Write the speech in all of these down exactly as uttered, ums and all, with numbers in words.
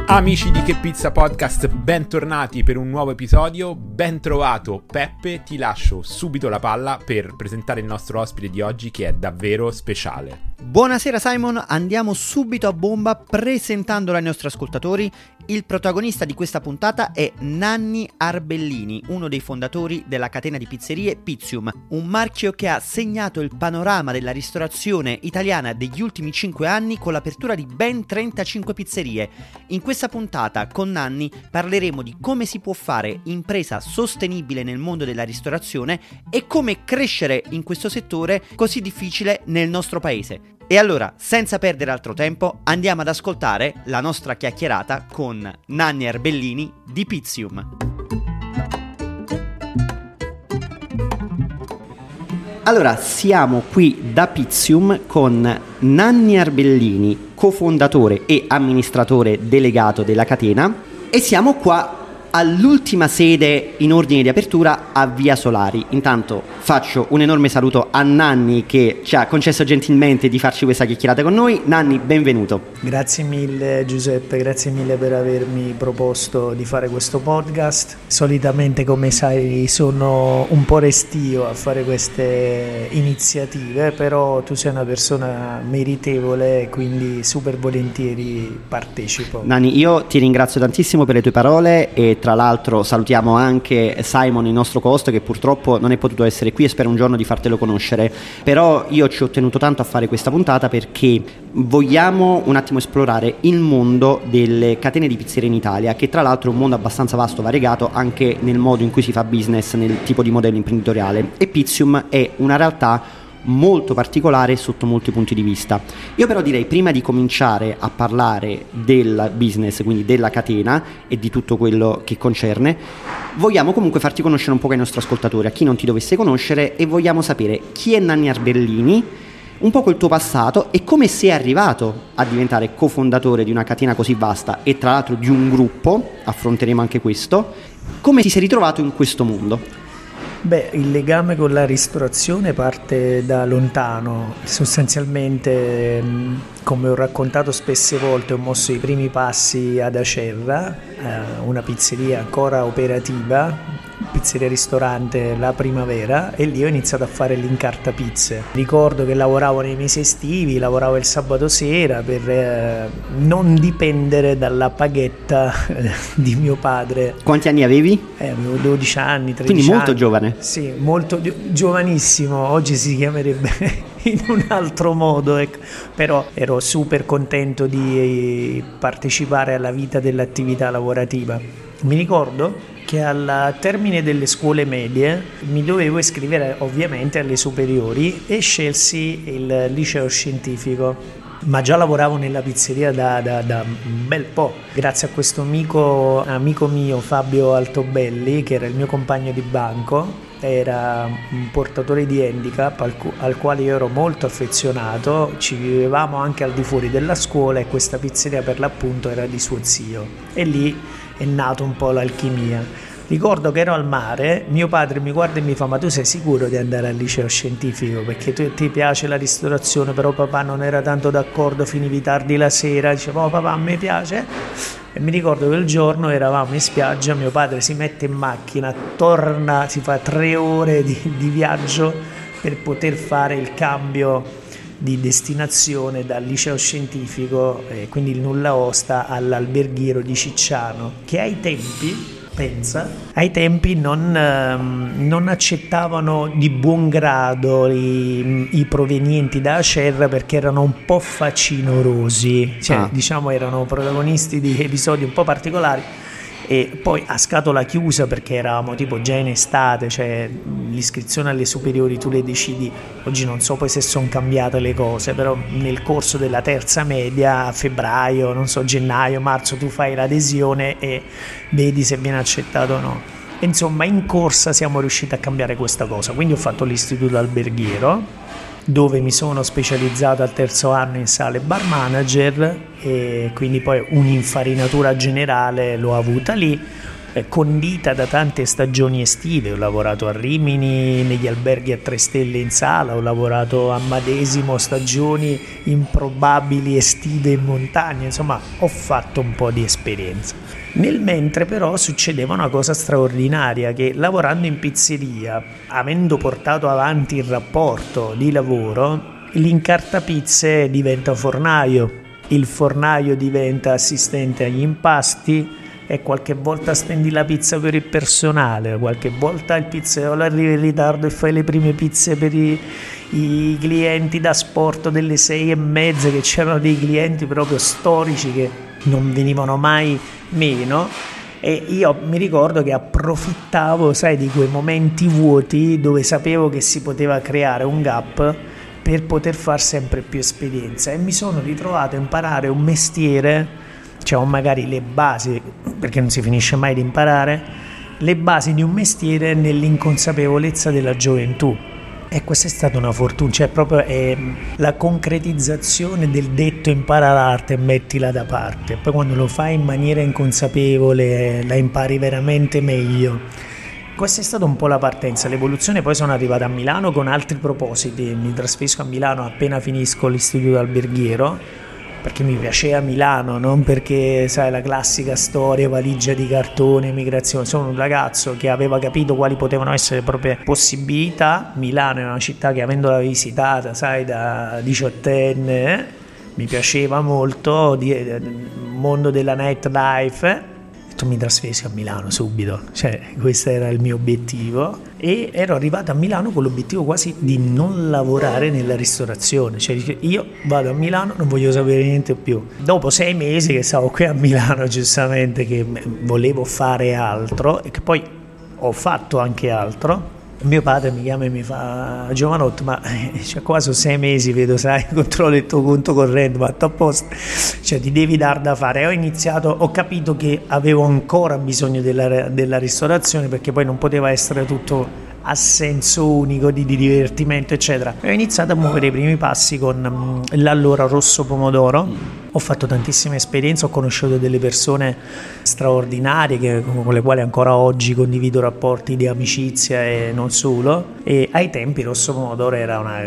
Amici di Che Pizza Podcast, bentornati per un nuovo episodio. Ben trovato Peppe, ti lascio subito la palla per presentare il nostro ospite di oggi, che è davvero speciale. Buonasera Simon, andiamo subito a bomba presentandolo ai nostri ascoltatori. Il protagonista di questa puntata è Nanni Arbellini, uno dei fondatori della catena di pizzerie Pizzium, un marchio che ha segnato il panorama della ristorazione italiana degli ultimi cinque anni con l'apertura di ben trentacinque pizzerie. In questa puntata con Nanni parleremo di come si può fare impresa sostenibile nel mondo della ristorazione e come crescere in questo settore così difficile nel nostro paese. E allora, senza perdere altro tempo, andiamo ad ascoltare la nostra chiacchierata con Nanni Arbellini di Pizzium. Allora, siamo qui da Pizzium con Nanni Arbellini, cofondatore e amministratore delegato della catena, e siamo qua all'ultima sede in ordine di apertura a Via Solari. Intanto faccio un enorme saluto a Nanni che ci ha concesso gentilmente di farci questa chiacchierata con noi. Nanni, benvenuto. Grazie mille Giuseppe, grazie mille per avermi proposto di fare questo podcast. Solitamente, come sai, sono un po' restio a fare queste iniziative, però tu sei una persona meritevole e quindi super volentieri partecipo. Nanni, io ti ringrazio tantissimo per le tue parole e tra l'altro salutiamo anche Simon, il nostro co-host, che purtroppo non è potuto essere qui e spero un giorno di fartelo conoscere. Però io ci ho tenuto tanto a fare questa puntata perché vogliamo un attimo esplorare il mondo delle catene di pizzerie in Italia, che tra l'altro è un mondo abbastanza vasto, variegato anche nel modo in cui si fa business, nel tipo di modello imprenditoriale, e Pizzium è una realtà molto particolare sotto molti punti di vista. Io però direi, prima di cominciare a parlare del business, quindi della catena e di tutto quello che concerne, vogliamo comunque farti conoscere un po' ai nostri ascoltatori, a chi non ti dovesse conoscere, e vogliamo sapere chi è Nanni Arbellini, un po' col tuo passato e come sei arrivato a diventare cofondatore di una catena così vasta e tra l'altro di un gruppo, affronteremo anche questo, come ti sei ritrovato in questo mondo. Beh, il legame con la ristorazione parte da lontano. Sostanzialmente, come ho raccontato spesse volte, ho mosso i primi passi ad Acerra, una pizzeria ancora operativa, pizzeria-ristorante La Primavera, e lì ho iniziato a fare l'incartapizze. Ricordo che lavoravo nei mesi estivi, lavoravo il sabato sera per eh, non dipendere dalla paghetta eh, di mio padre. Quanti anni avevi? Eh, avevo dodici anni, tredici Quindi molto anni. giovane. Sì, molto gi- giovanissimo, oggi si chiamerebbe in un altro modo, ecco. Però ero super contento di partecipare alla vita dell'attività lavorativa. Mi ricordo che al termine delle scuole medie mi dovevo iscrivere ovviamente alle superiori e scelsi il liceo scientifico, ma già lavoravo nella pizzeria da, da, da un bel po', grazie a questo amico, amico mio Fabio Altobelli, che era il mio compagno di banco. Era un portatore di handicap al, cu- al quale io ero molto affezionato, ci vivevamo anche al di fuori della scuola e questa pizzeria per l'appunto era di suo zio, e lì è nato un po' l'alchimia. Ricordo che ero al mare, mio padre mi guarda e mi fa: ma tu sei sicuro di andare al liceo scientifico? Perché tu, ti piace la ristorazione? Però papà non era tanto d'accordo, finivi tardi la sera. Dicevo: oh, papà, a me piace. E mi ricordo che il giorno eravamo in spiaggia, mio padre si mette in macchina, torna, si fa tre ore di, di viaggio per poter fare il cambio di destinazione dal liceo scientifico, eh, quindi il nulla osta, all'alberghiero di Cicciano, che ai tempi, pensa, ai tempi non, ehm, non accettavano di buon grado i, i provenienti da Acerra perché erano un po' facinorosi, cioè ah. diciamo erano protagonisti di episodi un po' particolari. E poi a scatola chiusa, perché eravamo tipo già in estate, cioè l'iscrizione alle superiori tu le decidi, oggi non so poi se sono cambiate le cose, però nel corso della terza media, a febbraio, non so, gennaio, marzo, tu fai l'adesione e vedi se viene accettato o no. Insomma, in corsa siamo riusciti a cambiare questa cosa, quindi ho fatto l'istituto alberghiero, dove mi sono specializzato al terzo anno in sale bar manager, e quindi poi un'infarinatura generale l'ho avuta lì. eh, condita da tante stagioni estive. Ho lavorato a Rimini negli alberghi a tre stelle in sala, ho lavorato a Madesimo, stagioni improbabili estive in montagna, insomma ho fatto un po' di esperienza. Nel mentre però succedeva una cosa straordinaria, che lavorando in pizzeria, avendo portato avanti il rapporto di lavoro, l'incartapizze diventa fornaio, il fornaio diventa assistente agli impasti e qualche volta stendi la pizza per il personale, qualche volta il pizzaiolo arriva in ritardo e fai le prime pizze per i, i clienti da sport delle sei e mezza, che c'erano dei clienti proprio storici che non venivano mai meno. E io mi ricordo che approfittavo, sai, di quei momenti vuoti dove sapevo che si poteva creare un gap per poter fare sempre più esperienza, e mi sono ritrovato a imparare un mestiere, cioè magari le basi, perché non si finisce mai di imparare, le basi di un mestiere nell'inconsapevolezza della gioventù. E questa è stata una fortuna, cioè proprio è la concretizzazione del detto: impara l'arte e mettila da parte. Poi quando lo fai in maniera inconsapevole la impari veramente meglio. Questa è stata un po' la partenza, l'evoluzione. Poi sono arrivato a Milano con altri propositi, mi trasferisco a Milano appena finisco l'istituto alberghiero, perché mi piaceva Milano, non perché, sai, la classica storia valigia di cartone, migrazione. Sono un ragazzo che aveva capito quali potevano essere le proprie possibilità. Milano è una città che, avendola visitata, sai, da diciottenne, eh, mi piaceva molto, di, eh, mondo della nightlife. Mi trasferisco a Milano subito, cioè questo era il mio obiettivo, e ero arrivato a Milano con l'obiettivo quasi di non lavorare nella ristorazione, cioè io vado a Milano, non voglio sapere niente più. Dopo sei mesi che stavo qui a Milano, giustamente, che volevo fare altro e che poi ho fatto anche altro, mio padre mi chiama e mi fa: Giovanotto, ma cioè, qua sono sei mesi, vedo, sai, controllo il tuo conto corrente, ma a posto, cioè ti devi dar da fare. E ho iniziato, ho capito che avevo ancora bisogno della, della ristorazione, perché poi non poteva essere tutto a senso unico di, di divertimento, eccetera. E ho iniziato a muovere i primi passi con um, l'allora Rosso Pomodoro. Ho fatto tantissime esperienze, ho conosciuto delle persone straordinarie che, con le quali ancora oggi condivido rapporti di amicizia e non solo. E ai tempi Rosso Pomodoro era una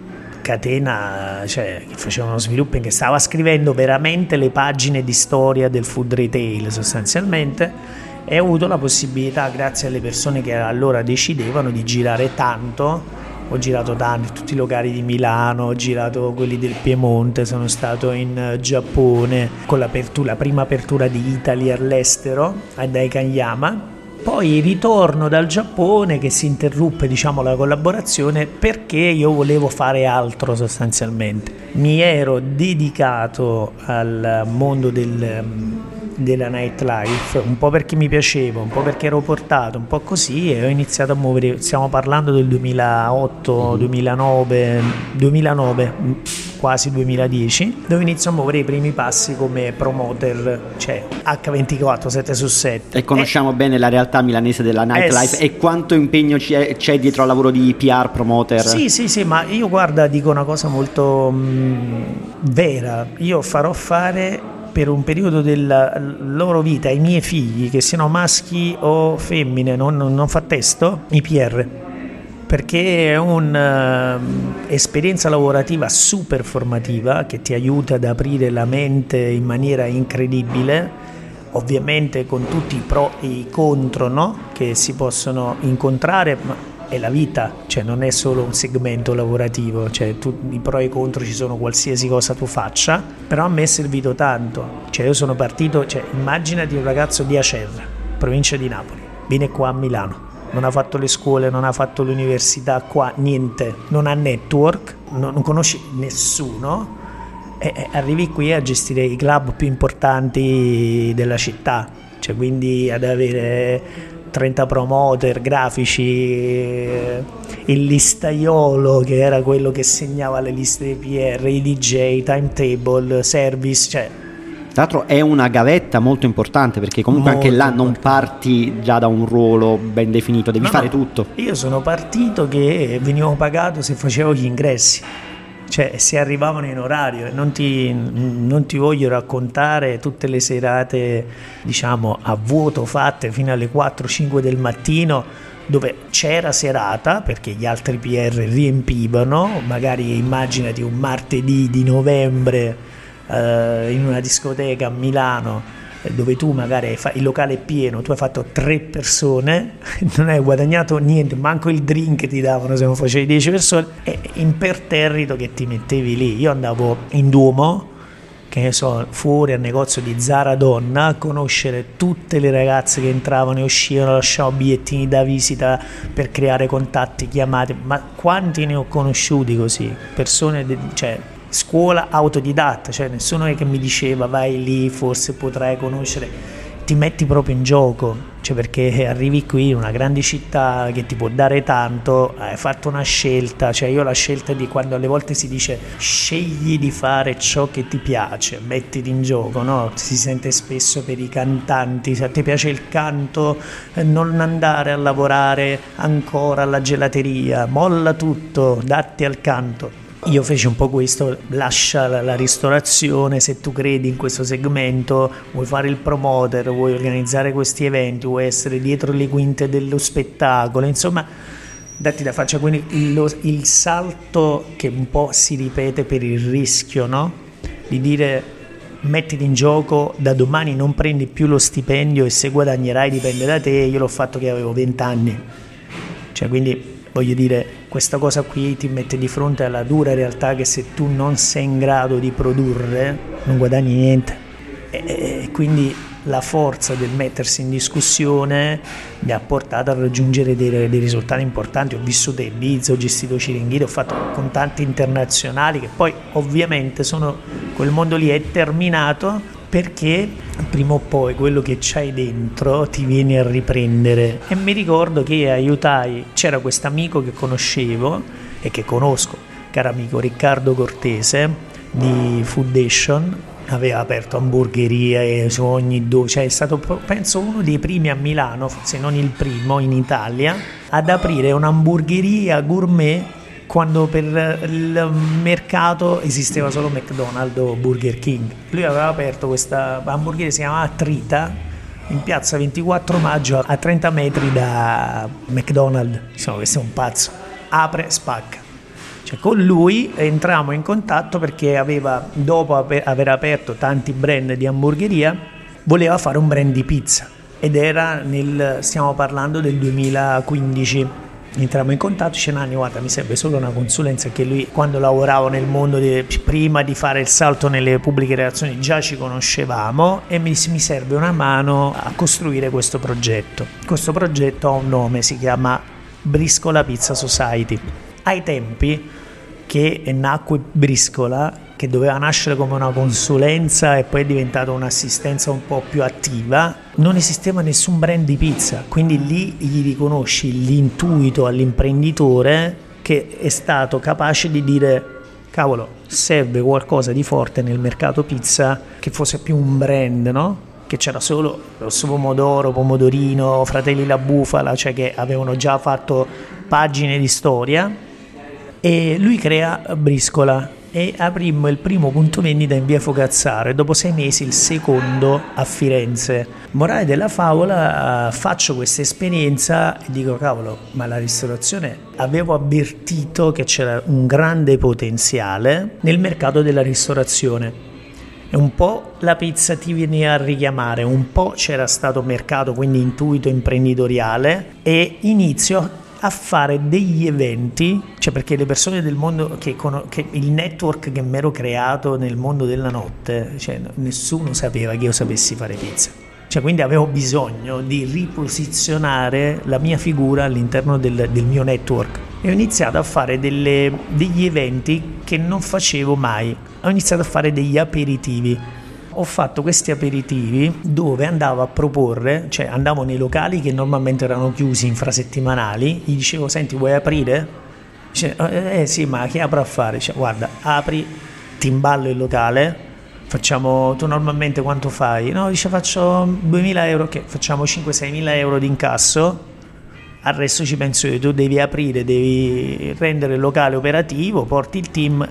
catena, cioè, che faceva uno sviluppo in che stava scrivendo veramente le pagine di storia del food retail sostanzialmente. E ho avuto la possibilità, grazie alle persone che allora decidevano, di girare tanto. Ho girato tanto, tutti i locali di Milano, ho girato quelli del Piemonte, sono stato in Giappone con l'apertura, la prima apertura di Italy all'estero a Daikanyama. Poi ritorno dal Giappone, che si interruppe, diciamo, la collaborazione, perché io volevo fare altro sostanzialmente. Mi ero dedicato al mondo del della nightlife, un po' perché mi piaceva, un po' perché ero portato, un po' così, e ho iniziato a muovere. Stiamo parlando del duemilaotto, duemilanove, duemilanove, quasi duemiladieci, dove inizio a muovere i primi passi come promoter, cioè acca ventiquattro, sette su sette. E conosciamo eh, bene la realtà milanese della nightlife eh, e quanto impegno c'è, c'è dietro al lavoro di P R, promoter. Sì, sì, sì, ma io, guarda, dico una cosa molto mh, vera. Io farò fare per un periodo della loro vita ai miei figli, che siano maschi o femmine, non, non fa testo, i P R, perché è un'esperienza uh, lavorativa super formativa che ti aiuta ad aprire la mente in maniera incredibile, ovviamente con tutti i pro e i contro, no? Che si possono incontrare, ma è la vita, cioè non è solo un segmento lavorativo, cioè tu, i pro e i contro ci sono qualsiasi cosa tu faccia. Però a me è servito tanto, cioè io sono partito, cioè immaginati un ragazzo di Acerra, provincia di Napoli, viene qua a Milano, non ha fatto le scuole, non ha fatto l'università qua, niente, non ha network, non, non conosci nessuno, e, e arrivi qui a gestire i club più importanti della città, cioè quindi ad avere trenta promoter, grafici, il listaiolo che era quello che segnava le liste dei P R, i D J, timetable, service, cioè. Tra l'altro è una gavetta molto importante, perché comunque molto anche là importante. Non parti già da un ruolo ben definito, devi no, fare no. tutto. Io sono partito che venivo pagato se facevo gli ingressi, cioè se arrivavano in orario. Non ti, non ti voglio raccontare tutte le serate, diciamo, a vuoto fatte fino alle quattro cinque del mattino, dove c'era serata perché gli altri P R riempivano. Magari immaginati un martedì di novembre eh, in una discoteca a Milano, dove tu magari fai, il locale è pieno, tu hai fatto tre persone, non hai guadagnato niente, manco il drink ti davano se non facevi dieci persone, e imperterrito che ti mettevi lì. Io andavo in Duomo, che ne so, fuori al negozio di Zara Donna, a conoscere tutte le ragazze che entravano e uscivano, lasciavo bigliettini da visita per creare contatti, chiamate. Ma quanti ne ho conosciuti così? Persone, de- cioè scuola autodidatta, cioè nessuno è che mi diceva vai lì, forse potrai conoscere. Ti metti proprio in gioco, cioè perché arrivi qui in una grande città che ti può dare tanto, hai fatto una scelta, cioè io la scelta di quando alle volte si dice scegli di fare ciò che ti piace, mettiti in gioco, no? Si sente spesso per i cantanti, se a te piace il canto non andare a lavorare ancora alla gelateria, molla tutto, datti al canto. Io feci un po' questo, lascia la, la ristorazione se tu credi in questo segmento, vuoi fare il promoter, vuoi organizzare questi eventi, vuoi essere dietro le quinte dello spettacolo, insomma datti da faccia. Quindi il, il salto che un po' si ripete per il rischio, no? Di dire mettiti in gioco, da domani non prendi più lo stipendio e se guadagnerai dipende da te. Io l'ho fatto che avevo venti anni, cioè quindi voglio dire, questa cosa qui ti mette di fronte alla dura realtà che se tu non sei in grado di produrre non guadagni niente, e, e quindi la forza del mettersi in discussione mi ha portato a raggiungere dei, dei risultati importanti. Ho vissuto a Ibiza, ho gestito Ciringhito, ho fatto contatti internazionali che poi ovviamente sono, quel mondo lì è terminato, perché prima o poi quello che c'hai dentro ti viene a riprendere. E mi ricordo che aiutai, c'era questo amico che conoscevo e che conosco, caro amico Riccardo Cortese di Foodation, aveva aperto hamburgerie su ogni dove, cioè è stato penso uno dei primi a Milano, se non il primo in Italia, ad aprire un'hamburgeria gourmet quando per il mercato esisteva solo McDonald's o Burger King. Lui aveva aperto questa hamburgeria, si chiamava Trita, in piazza ventiquattro maggio, a trenta metri da McDonald's. Insomma, questo è un pazzo, apre, spacca. Cioè, con lui entrammo in contatto perché aveva, dopo aver aperto tanti brand di hamburgeria, voleva fare un brand di pizza, ed era nel, stiamo parlando del duemilaquindici. Entrammo in contatto, dice Nanni guarda mi serve solo una consulenza, che lui quando lavoravo nel mondo di, prima di fare il salto nelle pubbliche relazioni già ci conoscevamo, e mi disse mi serve una mano a costruire questo progetto. Questo progetto ha un nome, si chiama Briscola Pizza Society. Ai tempi che nacque Briscola, che doveva nascere come una consulenza e poi è diventata un'assistenza un po' più attiva, non esisteva nessun brand di pizza, quindi lì gli riconosci l'intuito all'imprenditore che è stato capace di dire cavolo, serve qualcosa di forte nel mercato pizza che fosse più un brand, no? Che c'era solo Rosso Pomodoro, Pomodorino, Fratelli La Bufala, cioè che avevano già fatto pagine di storia, e lui crea Briscola. E aprimmo il primo punto vendita in via Focazzaro e dopo sei mesi il secondo a Firenze. Morale della favola, faccio questa esperienza e dico cavolo, ma la ristorazione, avevo avvertito che c'era un grande potenziale nel mercato della ristorazione, e un po' la pizza ti viene a richiamare, un po' c'era stato mercato, quindi intuito imprenditoriale, e inizio a fare degli eventi, cioè perché le persone del mondo che, che il network che mi ero creato nel mondo della notte, cioè nessuno sapeva che io sapessi fare pizza, cioè quindi avevo bisogno di riposizionare la mia figura all'interno del, del mio network, e ho iniziato a fare delle, degli eventi che non facevo mai. Ho iniziato a fare degli aperitivi. Ho fatto questi aperitivi dove andavo a proporre, cioè andavo nei locali che normalmente erano chiusi infrasettimanali, gli dicevo senti vuoi aprire? Dice, eh sì, ma che apro a fare? Dice, guarda, apri, ti imballo il locale, facciamo, tu normalmente quanto fai? No, dice faccio duemila euro, che facciamo cinque sei mila euro di incasso, al resto ci penso io, tu devi aprire, devi rendere il locale operativo, porti il team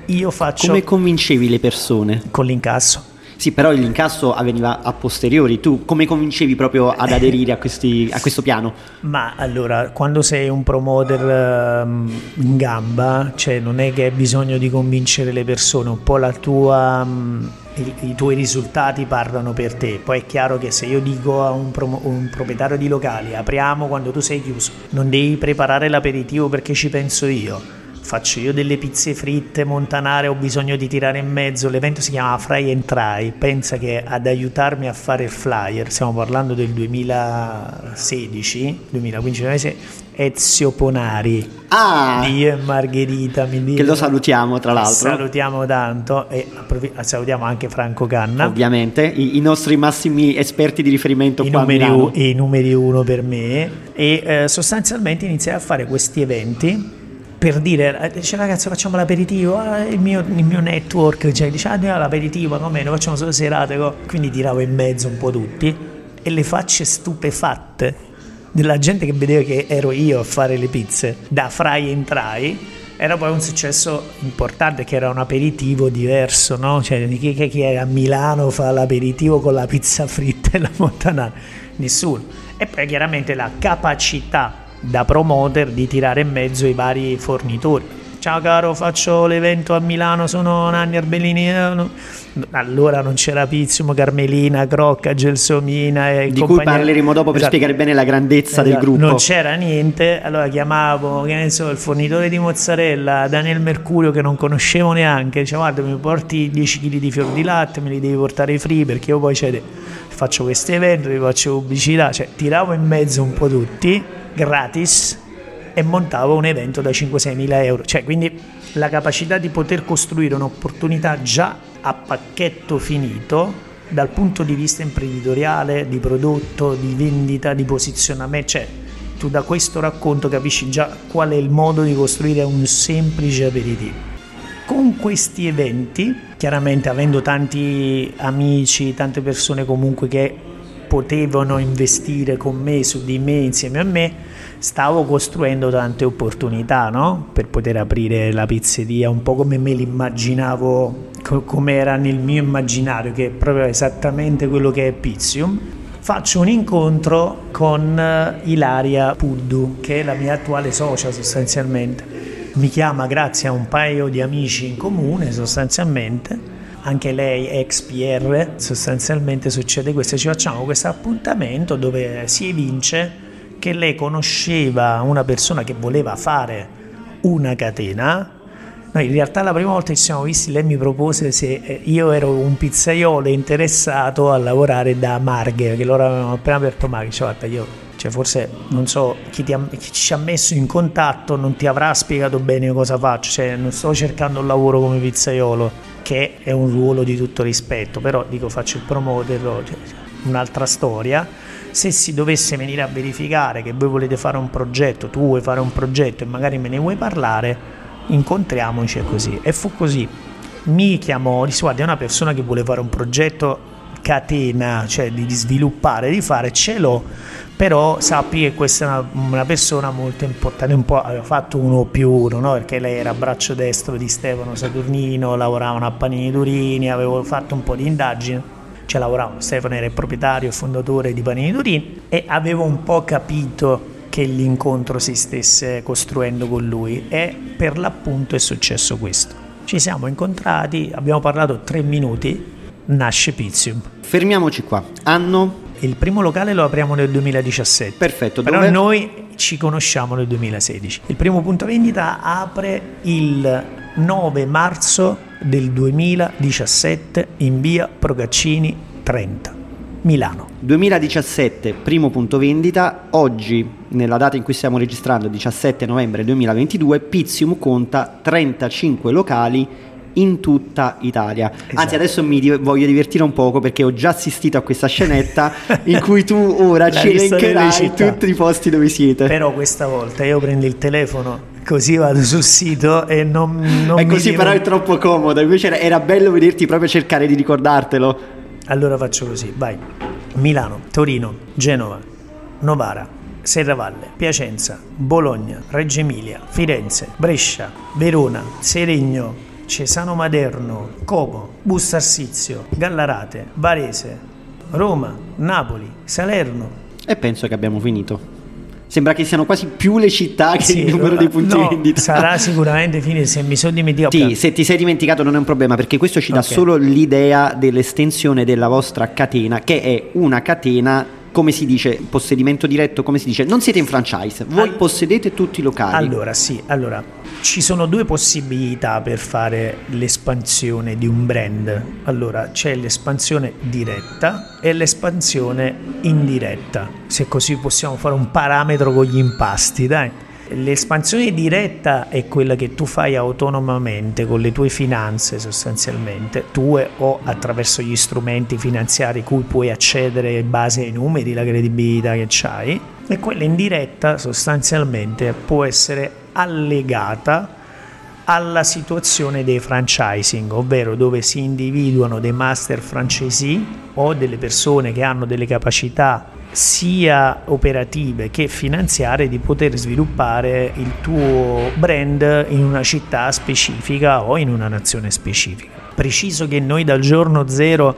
io faccio... Come convincevi le persone? Con l'incasso. Sì, però l'incasso avveniva a posteriori. Tu come convincevi proprio ad aderire a, questi, a questo piano? Ma allora, quando sei un promoter um, in gamba, cioè non è che hai bisogno di convincere le persone, un po' la tua, um, i, i tuoi risultati parlano per te. Poi è chiaro che se io dico a un, promo, un proprietario di locali apriamo quando tu sei chiuso, non devi preparare l'aperitivo perché ci penso io. Faccio io delle pizze fritte, montanare, ho bisogno di tirare in mezzo, l'evento si chiama Fry and Try, pensa che ad aiutarmi a fare il flyer, stiamo parlando del duemilasedici, duemilaquindici, duemilasedici, Ezio Ponari, ah, di Io e Margherita, mi dico, che lo salutiamo tra l'altro. Salutiamo tanto e salutiamo anche Franco Canna. Ovviamente, i, i nostri massimi esperti di riferimento I qua numeri, a Milano. I numeri uno per me e eh, sostanzialmente iniziai a fare questi eventi per dire, dice ragazzi facciamo l'aperitivo, ah, il, mio, il mio network, cioè, dice andiamo all'aperitivo, come noi facciamo solo serate, quindi tiravo in mezzo un po' tutti e le facce stupefatte della gente che vedeva che ero io a fare le pizze da Fry and Try era poi un successo importante, che era un aperitivo diverso, no? Cioè chi, chi a Milano fa l'aperitivo con la pizza fritta e la montanara? Nessuno. E poi chiaramente la capacità da promoter di tirare in mezzo i vari fornitori. Ciao caro, faccio l'evento a Milano, sono Nanni Arbellini. Allora non c'era Pizzium, Carmelina, Crocca, Gelsomina e di compagnia. Cui parleremo dopo per esatto. spiegare bene la grandezza esatto. del gruppo. Non c'era niente, allora chiamavo, che ne so, il fornitore di mozzarella, Daniel Mercurio, che non conoscevo neanche, diceva guarda mi porti dieci chili di fior di latte, me li devi portare free perché io poi cioè, faccio questo evento, vi faccio pubblicità, cioè tiravo in mezzo un po' tutti gratis e montavo un evento da cinque sei mila euro, cioè quindi la capacità di poter costruire un'opportunità già a pacchetto finito dal punto di vista imprenditoriale, di prodotto, di vendita, di posizionamento, cioè tu da questo racconto capisci già qual è il modo di costruire un semplice aperitivo. Con questi eventi, chiaramente avendo tanti amici, tante persone comunque che potevano investire con me, su di me, insieme a me, stavo costruendo tante opportunità, no? Per poter aprire la pizzeria un po' come me l'immaginavo, co- come era nel mio immaginario, che è proprio esattamente quello che è Pizzium. Faccio un incontro con Ilaria Puddu, che è la mia attuale socia sostanzialmente. Mi chiama grazie a un paio di amici in comune sostanzialmente, anche lei ex P R, sostanzialmente succede questo, ci facciamo questo appuntamento dove si evince che lei conosceva una persona che voleva fare una catena. Noi in realtà la prima volta che ci siamo visti lei mi propose se io ero un pizzaiolo interessato a lavorare da Marghe, che loro avevano appena aperto Marghe, cioè guarda io cioè forse non so chi, ti ha, chi ci ha messo in contatto non ti avrà spiegato bene cosa faccio, cioè non sto cercando un lavoro come pizzaiolo, che è un ruolo di tutto rispetto, però dico faccio il promoter, cioè, un'altra storia. Se si dovesse venire a verificare che voi volete fare un progetto, tu vuoi fare un progetto e magari me ne vuoi parlare, incontriamoci e così. E fu così. Mi chiamò, disse guarda è una persona che vuole fare un progetto catena, cioè di, di sviluppare, di fare, ce l'ho, però sappi che questa è una, una persona molto importante, un po' aveva fatto uno più uno, no? Perché lei era braccio destro di Stefano Saturnino, lavoravano a Panini Durini, avevo fatto un po' di indagini, cioè lavoravano, Stefano era il proprietario e fondatore di Panini Durini e avevo un po' capito che l'incontro si stesse costruendo con lui e per l'appunto è successo questo. Ci siamo incontrati, abbiamo parlato tre minuti, nasce Pizzium. Fermiamoci qua. Anno? Il primo locale lo apriamo nel duemiladiciassette. Perfetto. Però dove? noi ci conosciamo nel duemilasedici. Il primo punto vendita apre il nove marzo del duemiladiciassette in via Procaccini trenta, Milano. duemiladiciassette, primo punto vendita. Oggi, nella data in cui stiamo registrando, diciassette novembre duemilaventidue, Pizzium conta trentacinque locali in tutta Italia. Esatto. Anzi, adesso mi di- voglio divertire un poco perché ho già assistito a questa scenetta in cui tu ora ci elencherai tutti i posti dove siete. Però questa volta io prendo il telefono, così vado sul sito e non, non è mi così, dico... però è troppo comodo. Invece era, era bello vederti proprio cercare di ricordartelo. Allora faccio così, vai. Milano, Torino, Genova, Novara, Serravalle, Piacenza, Bologna, Reggio Emilia, Firenze, Brescia, Verona, Seregno, Cesano Maderno, Como, Busto Arsizio, Gallarate, Varese, Roma, Napoli, Salerno. E penso che abbiamo finito. Sembra che siano quasi più le città che sì, il numero dei punti no, vendita. Sarà sicuramente finito, se mi sono dimenticato. Sì, se ti sei dimenticato non è un problema, perché questo ci dà okay. solo l'idea dell'estensione della vostra catena, che è una catena, come si dice, possedimento diretto, come si dice, non siete in franchise, voi All... possedete tutti i locali. Allora sì, allora ci sono due possibilità per fare l'espansione di un brand. Allora c'è l'espansione diretta e l'espansione indiretta, se così possiamo fare un parametro con gli impasti, dai. L'espansione diretta è quella che tu fai autonomamente con le tue finanze, sostanzialmente tue o attraverso gli strumenti finanziari cui puoi accedere in base ai numeri, la credibilità che c'hai, e quella indiretta sostanzialmente può essere allegata alla situazione dei franchising, ovvero dove si individuano dei master franchisee o delle persone che hanno delle capacità sia operative che finanziarie di poter sviluppare il tuo brand in una città specifica o in una nazione specifica. Preciso che noi dal giorno zero,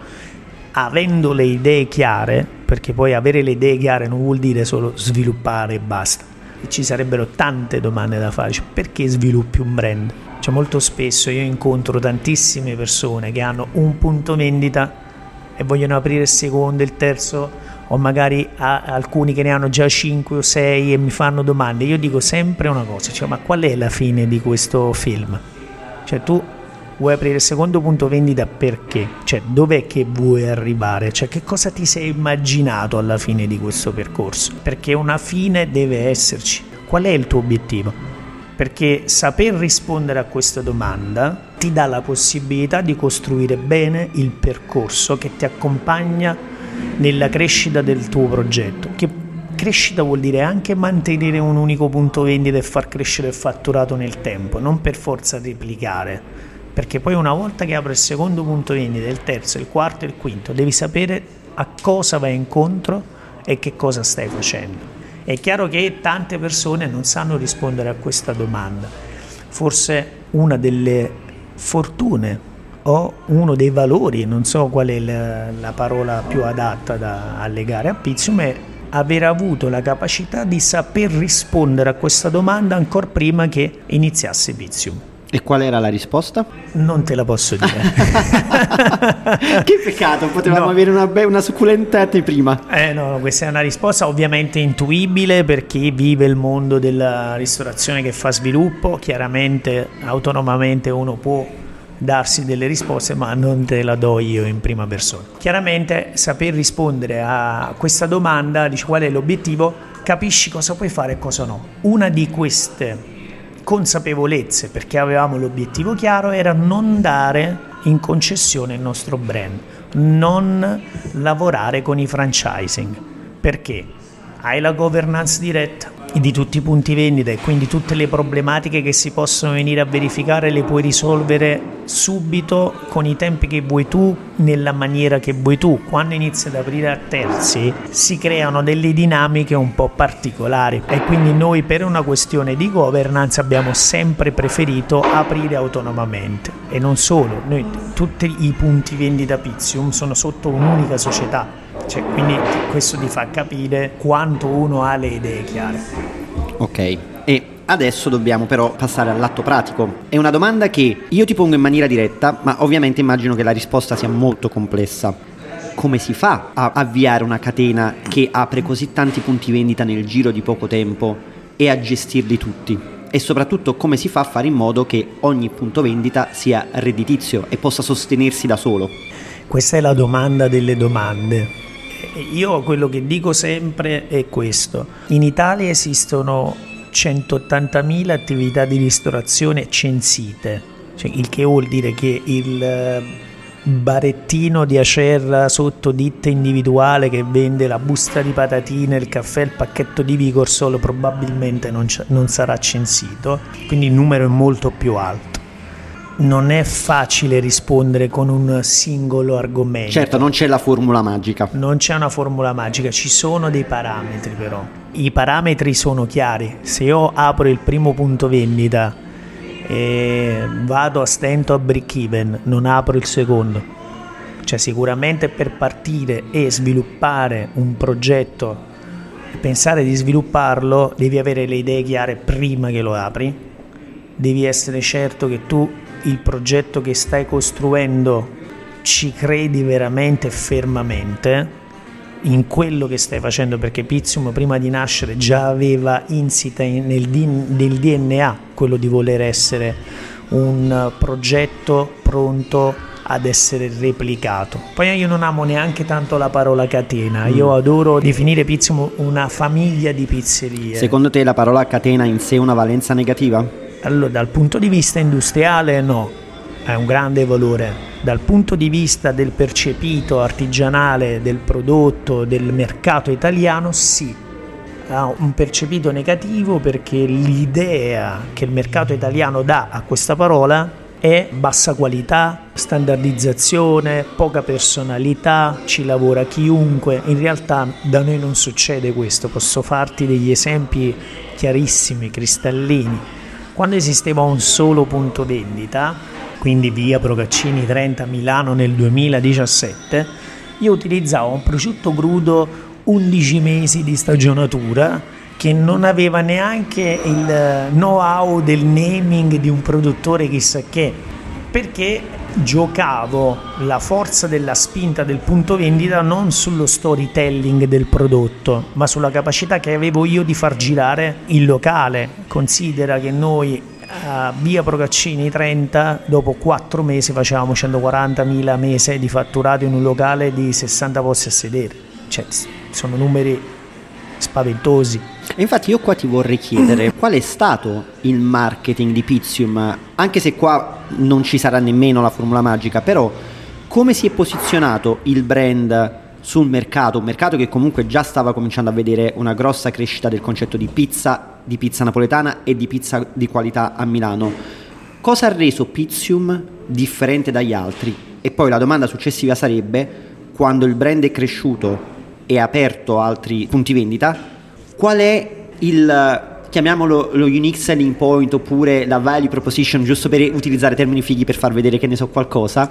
avendo le idee chiare, perché poi avere le idee chiare non vuol dire solo sviluppare e basta, ci sarebbero tante domande da fare, cioè, perché sviluppi un brand? Cioè, molto spesso io incontro tantissime persone che hanno un punto vendita e vogliono aprire il secondo, il terzo, o magari a, alcuni che ne hanno già cinque o sei e mi fanno domande. Io dico sempre una cosa, cioè, ma qual è la fine di questo film? Cioè, tu vuoi aprire il secondo punto vendita perché? Cioè, dov'è che vuoi arrivare? Cioè, che cosa ti sei immaginato alla fine di questo percorso? Perché una fine deve esserci. Qual è il tuo obiettivo? Perché saper rispondere a questa domanda ti dà la possibilità di costruire bene il percorso che ti accompagna nella crescita del tuo progetto. Che crescita vuol dire anche mantenere un unico punto vendita e far crescere il fatturato nel tempo, non per forza replicare, perché poi una volta che apri il secondo punto vendita, il terzo, il quarto e il quinto, devi sapere a cosa vai incontro e che cosa stai facendo. È chiaro che tante persone non sanno rispondere a questa domanda. Forse una delle fortune o uno dei valori, non so qual è la, la parola più adatta da allegare a Pythium, è aver avuto la capacità di saper rispondere a questa domanda ancora prima che iniziasse Pythium. E qual era la risposta? Non te la posso dire. Che peccato, potevamo no. avere una, be- una succulenta prima. Eh no, no, questa è una risposta ovviamente intuibile per chi vive il mondo della ristorazione che fa sviluppo. Chiaramente autonomamente uno può darsi delle risposte, ma non te la do io in prima persona. Chiaramente saper rispondere a questa domanda, dici qual è l'obiettivo, capisci cosa puoi fare e cosa no. Una di queste consapevolezze, perché avevamo l'obiettivo chiaro, era non dare in concessione il nostro brand, non lavorare con i franchising, perché hai la governance diretta di tutti i punti vendita e quindi tutte le problematiche che si possono venire a verificare le puoi risolvere subito con i tempi che vuoi tu, nella maniera che vuoi tu. Quando inizi ad aprire a terzi si creano delle dinamiche un po' particolari e quindi noi, per una questione di governance, abbiamo sempre preferito aprire autonomamente. E non solo, noi tutti i punti vendita Pythium sono sotto un'unica società. Cioè, quindi questo ti fa capire quanto uno ha le idee chiare. Ok, e adesso dobbiamo però passare all'atto pratico. È una domanda che io ti pongo in maniera diretta, ma ovviamente immagino che la risposta sia molto complessa. Come si fa a avviare una catena che apre così tanti punti vendita nel giro di poco tempo e a gestirli tutti? E soprattutto come si fa a fare in modo che ogni punto vendita sia redditizio e possa sostenersi da solo? Questa è la domanda delle domande. Io quello che dico sempre è questo: in Italia esistono centottantamila attività di ristorazione censite, cioè, il che vuol dire che il barettino di Acerra sotto ditta individuale che vende la busta di patatine, il caffè, il pacchetto di Vigorsol probabilmente non, non sarà censito, quindi il numero è molto più alto. Non è facile rispondere con un singolo argomento. Certo, non c'è la formula magica. Non c'è una formula magica, ci sono dei parametri però. I parametri sono chiari. Se io apro il primo punto vendita e vado a stento a break even, non apro il secondo. Cioè sicuramente per partire e sviluppare un progetto, pensare di svilupparlo, devi avere le idee chiare prima che lo apri, devi essere certo che tu il progetto che stai costruendo ci credi veramente fermamente in quello che stai facendo, perché Pythium prima di nascere già aveva insita nel, nel D N A quello di voler essere un progetto pronto ad essere replicato. Poi io non amo neanche tanto la parola catena, io mm. adoro definire Pythium una famiglia di pizzerie. Secondo te la parola catena in sé ha una valenza negativa? Allora, dal punto di vista industriale no, è un grande valore. Dal punto di vista del percepito artigianale del prodotto, del mercato italiano, sì, ha un percepito negativo perché l'idea che il mercato italiano dà a questa parola è bassa qualità, standardizzazione, poca personalità, ci lavora chiunque. In realtà da noi non succede questo, posso farti degli esempi chiarissimi, cristallini. Quando esisteva un solo punto vendita, quindi via Procaccini trenta Milano nel duemiladiciassette, io utilizzavo un prosciutto crudo undici mesi di stagionatura che non aveva neanche il know-how del naming di un produttore chissà che, perché giocavo la forza della spinta del punto vendita non sullo storytelling del prodotto, ma sulla capacità che avevo io di far girare il locale. Considera che noi a via Procaccini trenta dopo quattro mesi facevamo centoquarantamila mese di fatturato in un locale di sessanta posti a sedere, cioè sono numeri spaventosi. E infatti io qua ti vorrei chiedere qual è stato il marketing di Pythium, anche se qua non ci sarà nemmeno la formula magica, però come si è posizionato il brand sul mercato, un mercato che comunque già stava cominciando a vedere una grossa crescita del concetto di pizza, di pizza napoletana e di pizza di qualità a Milano. Cosa ha reso Pythium differente dagli altri? E poi la domanda successiva sarebbe, quando il brand è cresciuto e ha aperto altri punti vendita, qual è il, chiamiamolo lo unique selling point oppure la value proposition, giusto per utilizzare termini fighi per far vedere che ne so qualcosa?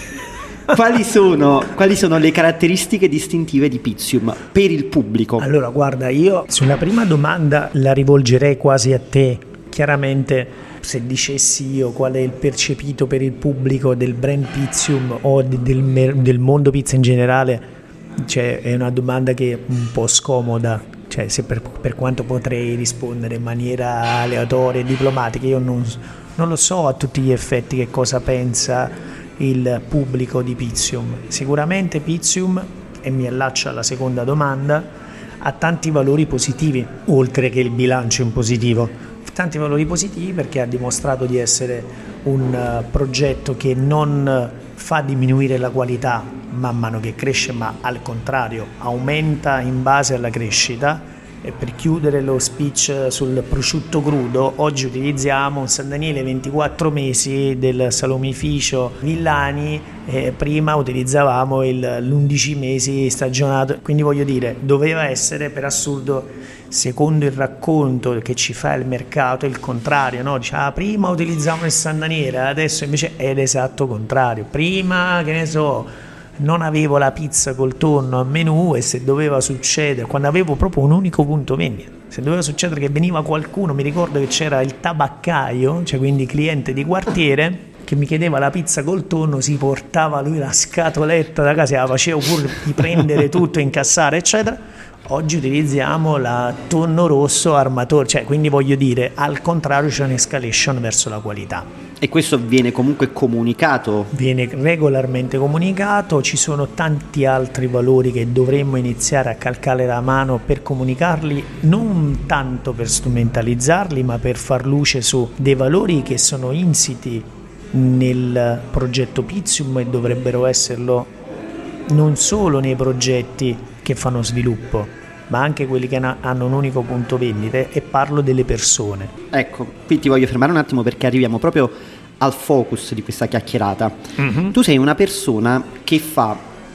Quali sono, quali sono le caratteristiche distintive di Pythium per il pubblico? Allora, guarda, io sulla prima domanda la rivolgerei quasi a te. Chiaramente, se dicessi io qual è il percepito per il pubblico del brand Pythium o del, del mondo pizza in generale, cioè è una domanda che è un po' scomoda. Cioè, se per, per quanto potrei rispondere in maniera aleatoria e diplomatica, io non, non lo so a tutti gli effetti che cosa pensa il pubblico di Pythium. Sicuramente Pythium, e mi allaccio alla seconda domanda, ha tanti valori positivi, oltre che il bilancio in positivo. Tanti valori positivi perché ha dimostrato di essere un uh, progetto che non fa diminuire la qualità man mano che cresce, ma al contrario aumenta in base alla crescita. E per chiudere lo speech sul prosciutto crudo, oggi utilizziamo un San Daniele ventiquattro mesi del salumificio Villani, e prima utilizzavamo il, l'undici mesi stagionato, quindi voglio dire, doveva essere per assurdo, secondo il racconto che ci fa il mercato, il contrario, no? Dice, ah, prima utilizzavamo il San Daniele, adesso invece è l'esatto contrario, prima, che ne so, non avevo la pizza col tonno a menù, e se doveva succedere, quando avevo proprio un unico punto vendita, se doveva succedere che veniva qualcuno, mi ricordo che c'era il tabaccaio, cioè quindi cliente di quartiere, che mi chiedeva la pizza col tonno, si portava lui la scatoletta da casa, la facevo pure di prendere tutto, incassare eccetera. Oggi utilizziamo la tonno rosso armatore, cioè quindi voglio dire, al contrario c'è un'escalation verso la qualità. E questo viene comunque comunicato? Viene regolarmente comunicato, ci sono tanti altri valori che dovremmo iniziare a calcare la mano per comunicarli, non tanto per strumentalizzarli, ma per far luce su dei valori che sono insiti nel progetto Pythium e dovrebbero esserlo non solo nei progetti che fanno sviluppo, ma anche quelli che hanno un unico punto vendita, e parlo delle persone. Ecco, qui ti voglio fermare un attimo perché arriviamo proprio al focus di questa chiacchierata. Mm-hmm. Tu sei una persona che fa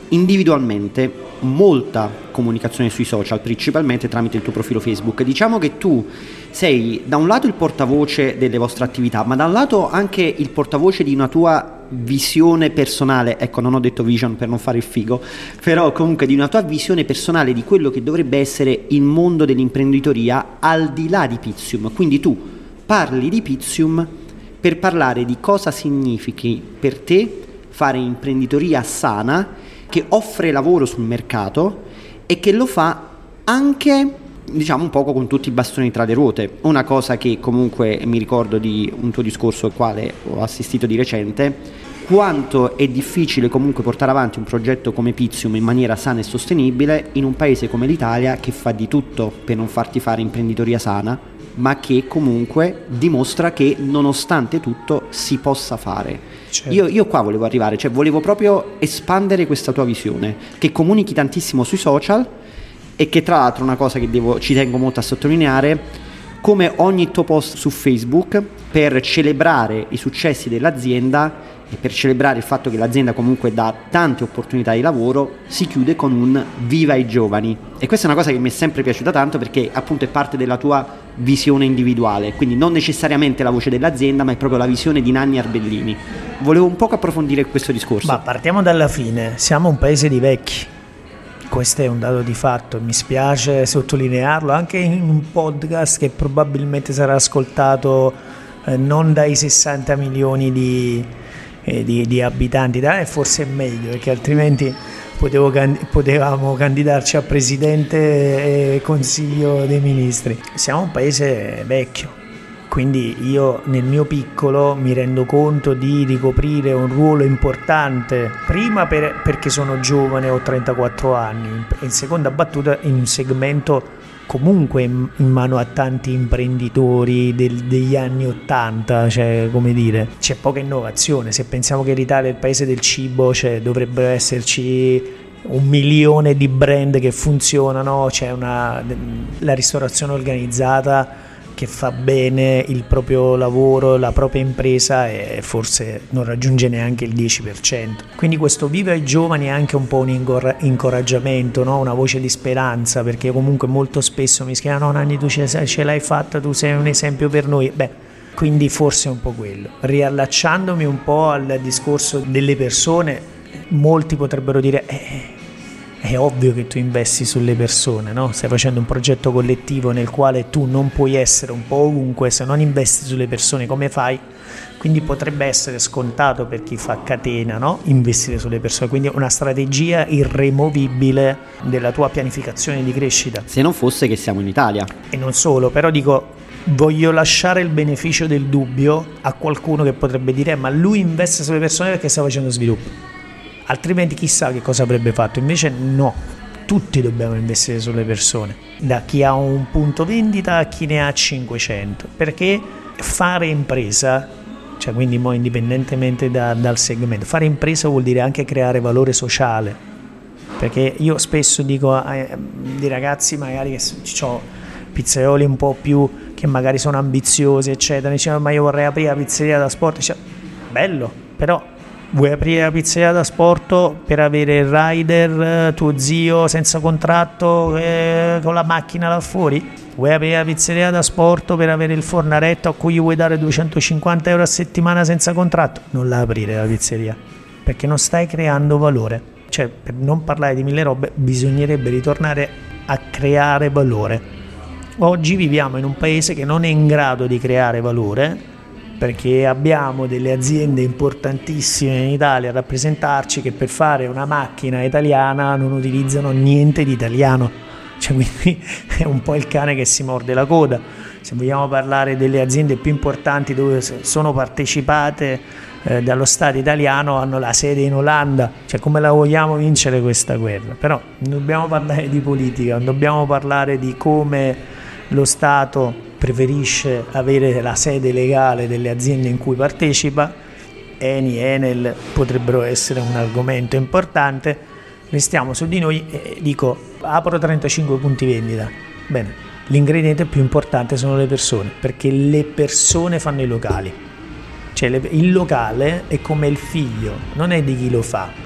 individualmente molta comunicazione sui social, principalmente tramite il tuo profilo Facebook. Diciamo che tu sei da un lato il portavoce delle vostre attività, ma da un lato anche il portavoce di una tua visione personale, ecco, non ho detto vision per non fare il figo, però comunque di una tua visione personale di quello che dovrebbe essere il mondo dell'imprenditoria al di là di Pythium. Quindi tu parli di Pythium per parlare di cosa significhi per te fare imprenditoria sana, che offre lavoro sul mercato e che lo fa anche, diciamo, un poco con tutti i bastoni tra le ruote. Una cosa che comunque mi ricordo di un tuo discorso al quale ho assistito di recente, quanto è difficile comunque portare avanti un progetto come Pythium in maniera sana e sostenibile in un paese come l'Italia, che fa di tutto per non farti fare imprenditoria sana, ma che comunque dimostra che nonostante tutto si possa fare. Certo. Io, io qua volevo arrivare, cioè volevo proprio espandere questa tua visione, che comunichi tantissimo sui social e che tra l'altro una cosa che devo, ci tengo molto a sottolineare, come ogni tuo post su Facebook, per celebrare i successi dell'azienda e per celebrare il fatto che l'azienda comunque dà tante opportunità di lavoro, si chiude con un viva i giovani. E questa è una cosa che mi è sempre piaciuta tanto, perché appunto è parte della tua visione individuale, quindi non necessariamente la voce dell'azienda, ma è proprio la visione di Nanni Arbellini. Volevo un po' approfondire questo discorso. Ma partiamo dalla fine, siamo un paese di vecchi, questo è un dato di fatto, mi spiace sottolinearlo anche in un podcast che probabilmente sarà ascoltato eh, non dai sessanta milioni di, eh, di, di abitanti, e forse è meglio, perché altrimenti potevo, potevamo candidarci a presidente e consiglio dei ministri. Siamo un paese vecchio, quindi io nel mio piccolo mi rendo conto di ricoprire un ruolo importante, prima per, perché sono giovane, ho trentaquattro anni, in seconda battuta in un segmento comunque in, in mano a tanti imprenditori del, degli anni ottanta, cioè come dire, c'è poca innovazione. Se pensiamo che l'Italia è il paese del cibo, cioè dovrebbero esserci un milione di brand che funzionano, c'è una, la ristorazione organizzata che fa bene il proprio lavoro, la propria impresa, e forse non raggiunge neanche il dieci per cento. Quindi questo viva ai giovani è anche un po' un incor- incoraggiamento, no? Una voce di speranza, perché comunque molto spesso mi scrivono: no Nanni, tu ce, ce l'hai fatta, tu sei un esempio per noi. Beh, quindi forse è un po' quello. Riallacciandomi un po' al discorso delle persone, molti potrebbero dire eh, è ovvio che tu investi sulle persone, no? Stai facendo un progetto collettivo nel quale tu non puoi essere un po' ovunque se non investi sulle persone. Come fai? Quindi potrebbe essere scontato per chi fa catena, no? Investire sulle persone, quindi una strategia irremovibile della tua pianificazione di crescita. Se non fosse che siamo in Italia. E non solo, però dico, voglio lasciare il beneficio del dubbio a qualcuno che potrebbe dire ma lui investe sulle persone perché sta facendo sviluppo, altrimenti chissà che cosa avrebbe fatto. Invece no, tutti dobbiamo investire sulle persone, da chi ha un punto vendita a chi ne ha cinquecento, perché fare impresa, cioè quindi mo indipendentemente da, dal segmento, fare impresa vuol dire anche creare valore sociale, perché io spesso dico ai, di ragazzi magari che ho pizzaioli un po' più che magari sono ambiziosi eccetera, dicono ma io vorrei aprire la pizzeria da sport, cioè, bello, però vuoi aprire la pizzeria da sport per avere il rider, tuo zio senza contratto eh, con la macchina là fuori? Vuoi aprire la pizzeria da sport per avere il fornaretto a cui gli vuoi dare duecentocinquanta euro a settimana senza contratto? Non la aprire la pizzeria, perché non stai creando valore. Cioè, per non parlare di mille robe, bisognerebbe ritornare a creare valore. Oggi viviamo in un paese che non è in grado di creare valore, perché abbiamo delle aziende importantissime in Italia a rappresentarci che per fare una macchina italiana non utilizzano niente di italiano, cioè quindi è un po' il cane che si morde la coda. Se vogliamo parlare delle aziende più importanti dove sono partecipate eh, dallo Stato italiano, hanno la sede in Olanda, cioè come la vogliamo vincere questa guerra? Però non dobbiamo parlare di politica, non dobbiamo parlare di come lo Stato preferisce avere la sede legale delle aziende in cui partecipa. Eni, Enel potrebbero essere un argomento importante. Restiamo su di noi e dico, apro trentacinque punti vendita. Bene, l'ingrediente più importante sono le persone, perché le persone fanno i locali. Cioè le, il locale è come il figlio, non è di chi lo fa,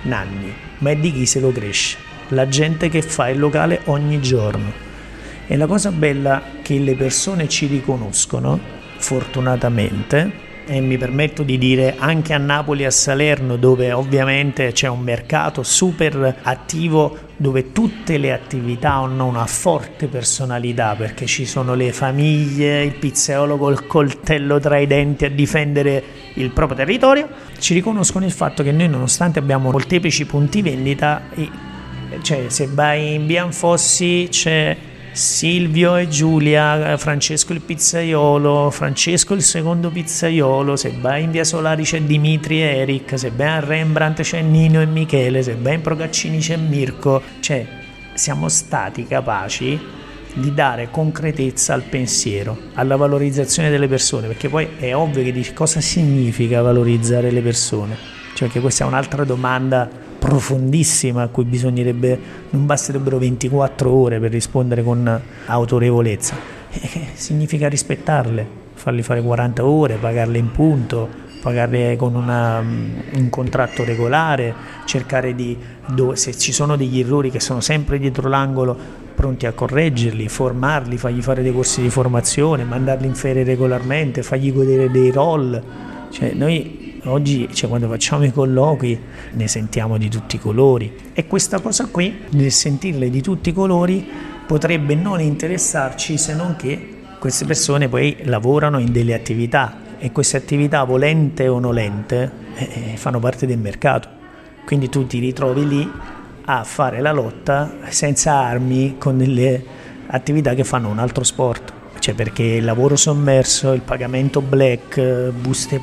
Nanni, ma è di chi se lo cresce, la gente che fa il locale ogni giorno. E la cosa bella che le persone ci riconoscono, fortunatamente, e mi permetto di dire anche a Napoli e a Salerno, dove ovviamente c'è un mercato super attivo, dove tutte le attività hanno una forte personalità, perché ci sono le famiglie, il pizzaiolo col coltello tra i denti a difendere il proprio territorio, ci riconoscono il fatto che noi, nonostante abbiamo molteplici punti vendita, cioè se vai in via Anfossi c'è Silvio e Giulia, Francesco il pizzaiolo, Francesco il secondo pizzaiolo, se vai in via Solari c'è Dimitri e Eric, se vai a Rembrandt c'è Nino e Michele, se vai in Procaccini c'è Mirko. Cioè siamo stati capaci di dare concretezza al pensiero, alla valorizzazione delle persone, perché poi è ovvio che dici cosa significa valorizzare le persone, cioè che questa è un'altra domanda profondissima a cui bisognerebbe, non basterebbero ventiquattro ore per rispondere con autorevolezza. Eh, significa rispettarle, farli fare quaranta ore, pagarle in punto, pagarle con una, un contratto regolare, cercare di, dove, se ci sono degli errori che sono sempre dietro l'angolo, pronti a correggerli, formarli, fargli fare dei corsi di formazione, mandarli in ferie regolarmente, fargli godere dei roll. Cioè noi oggi, cioè, quando facciamo i colloqui ne sentiamo di tutti i colori, e questa cosa qui, nel sentirle di tutti i colori, potrebbe non interessarci, se non che queste persone poi lavorano in delle attività, e queste attività, volente o nolente, eh, fanno parte del mercato, quindi tu ti ritrovi lì a fare la lotta senza armi con delle attività che fanno un altro sport. Cioè, perché il lavoro sommerso, il pagamento black, buste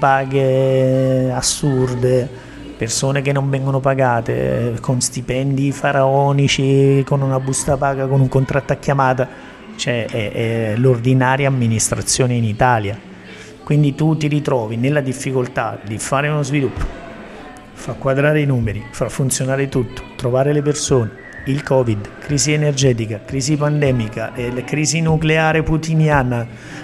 paghe assurde, persone che non vengono pagate, con stipendi faraonici, con una busta paga, con un contratto a chiamata, cioè è, è l'ordinaria amministrazione in Italia. Quindi tu ti ritrovi nella difficoltà di fare uno sviluppo, far quadrare i numeri, far funzionare tutto, trovare le persone, il Covid, crisi energetica, crisi pandemica, eh, crisi nucleare putiniana,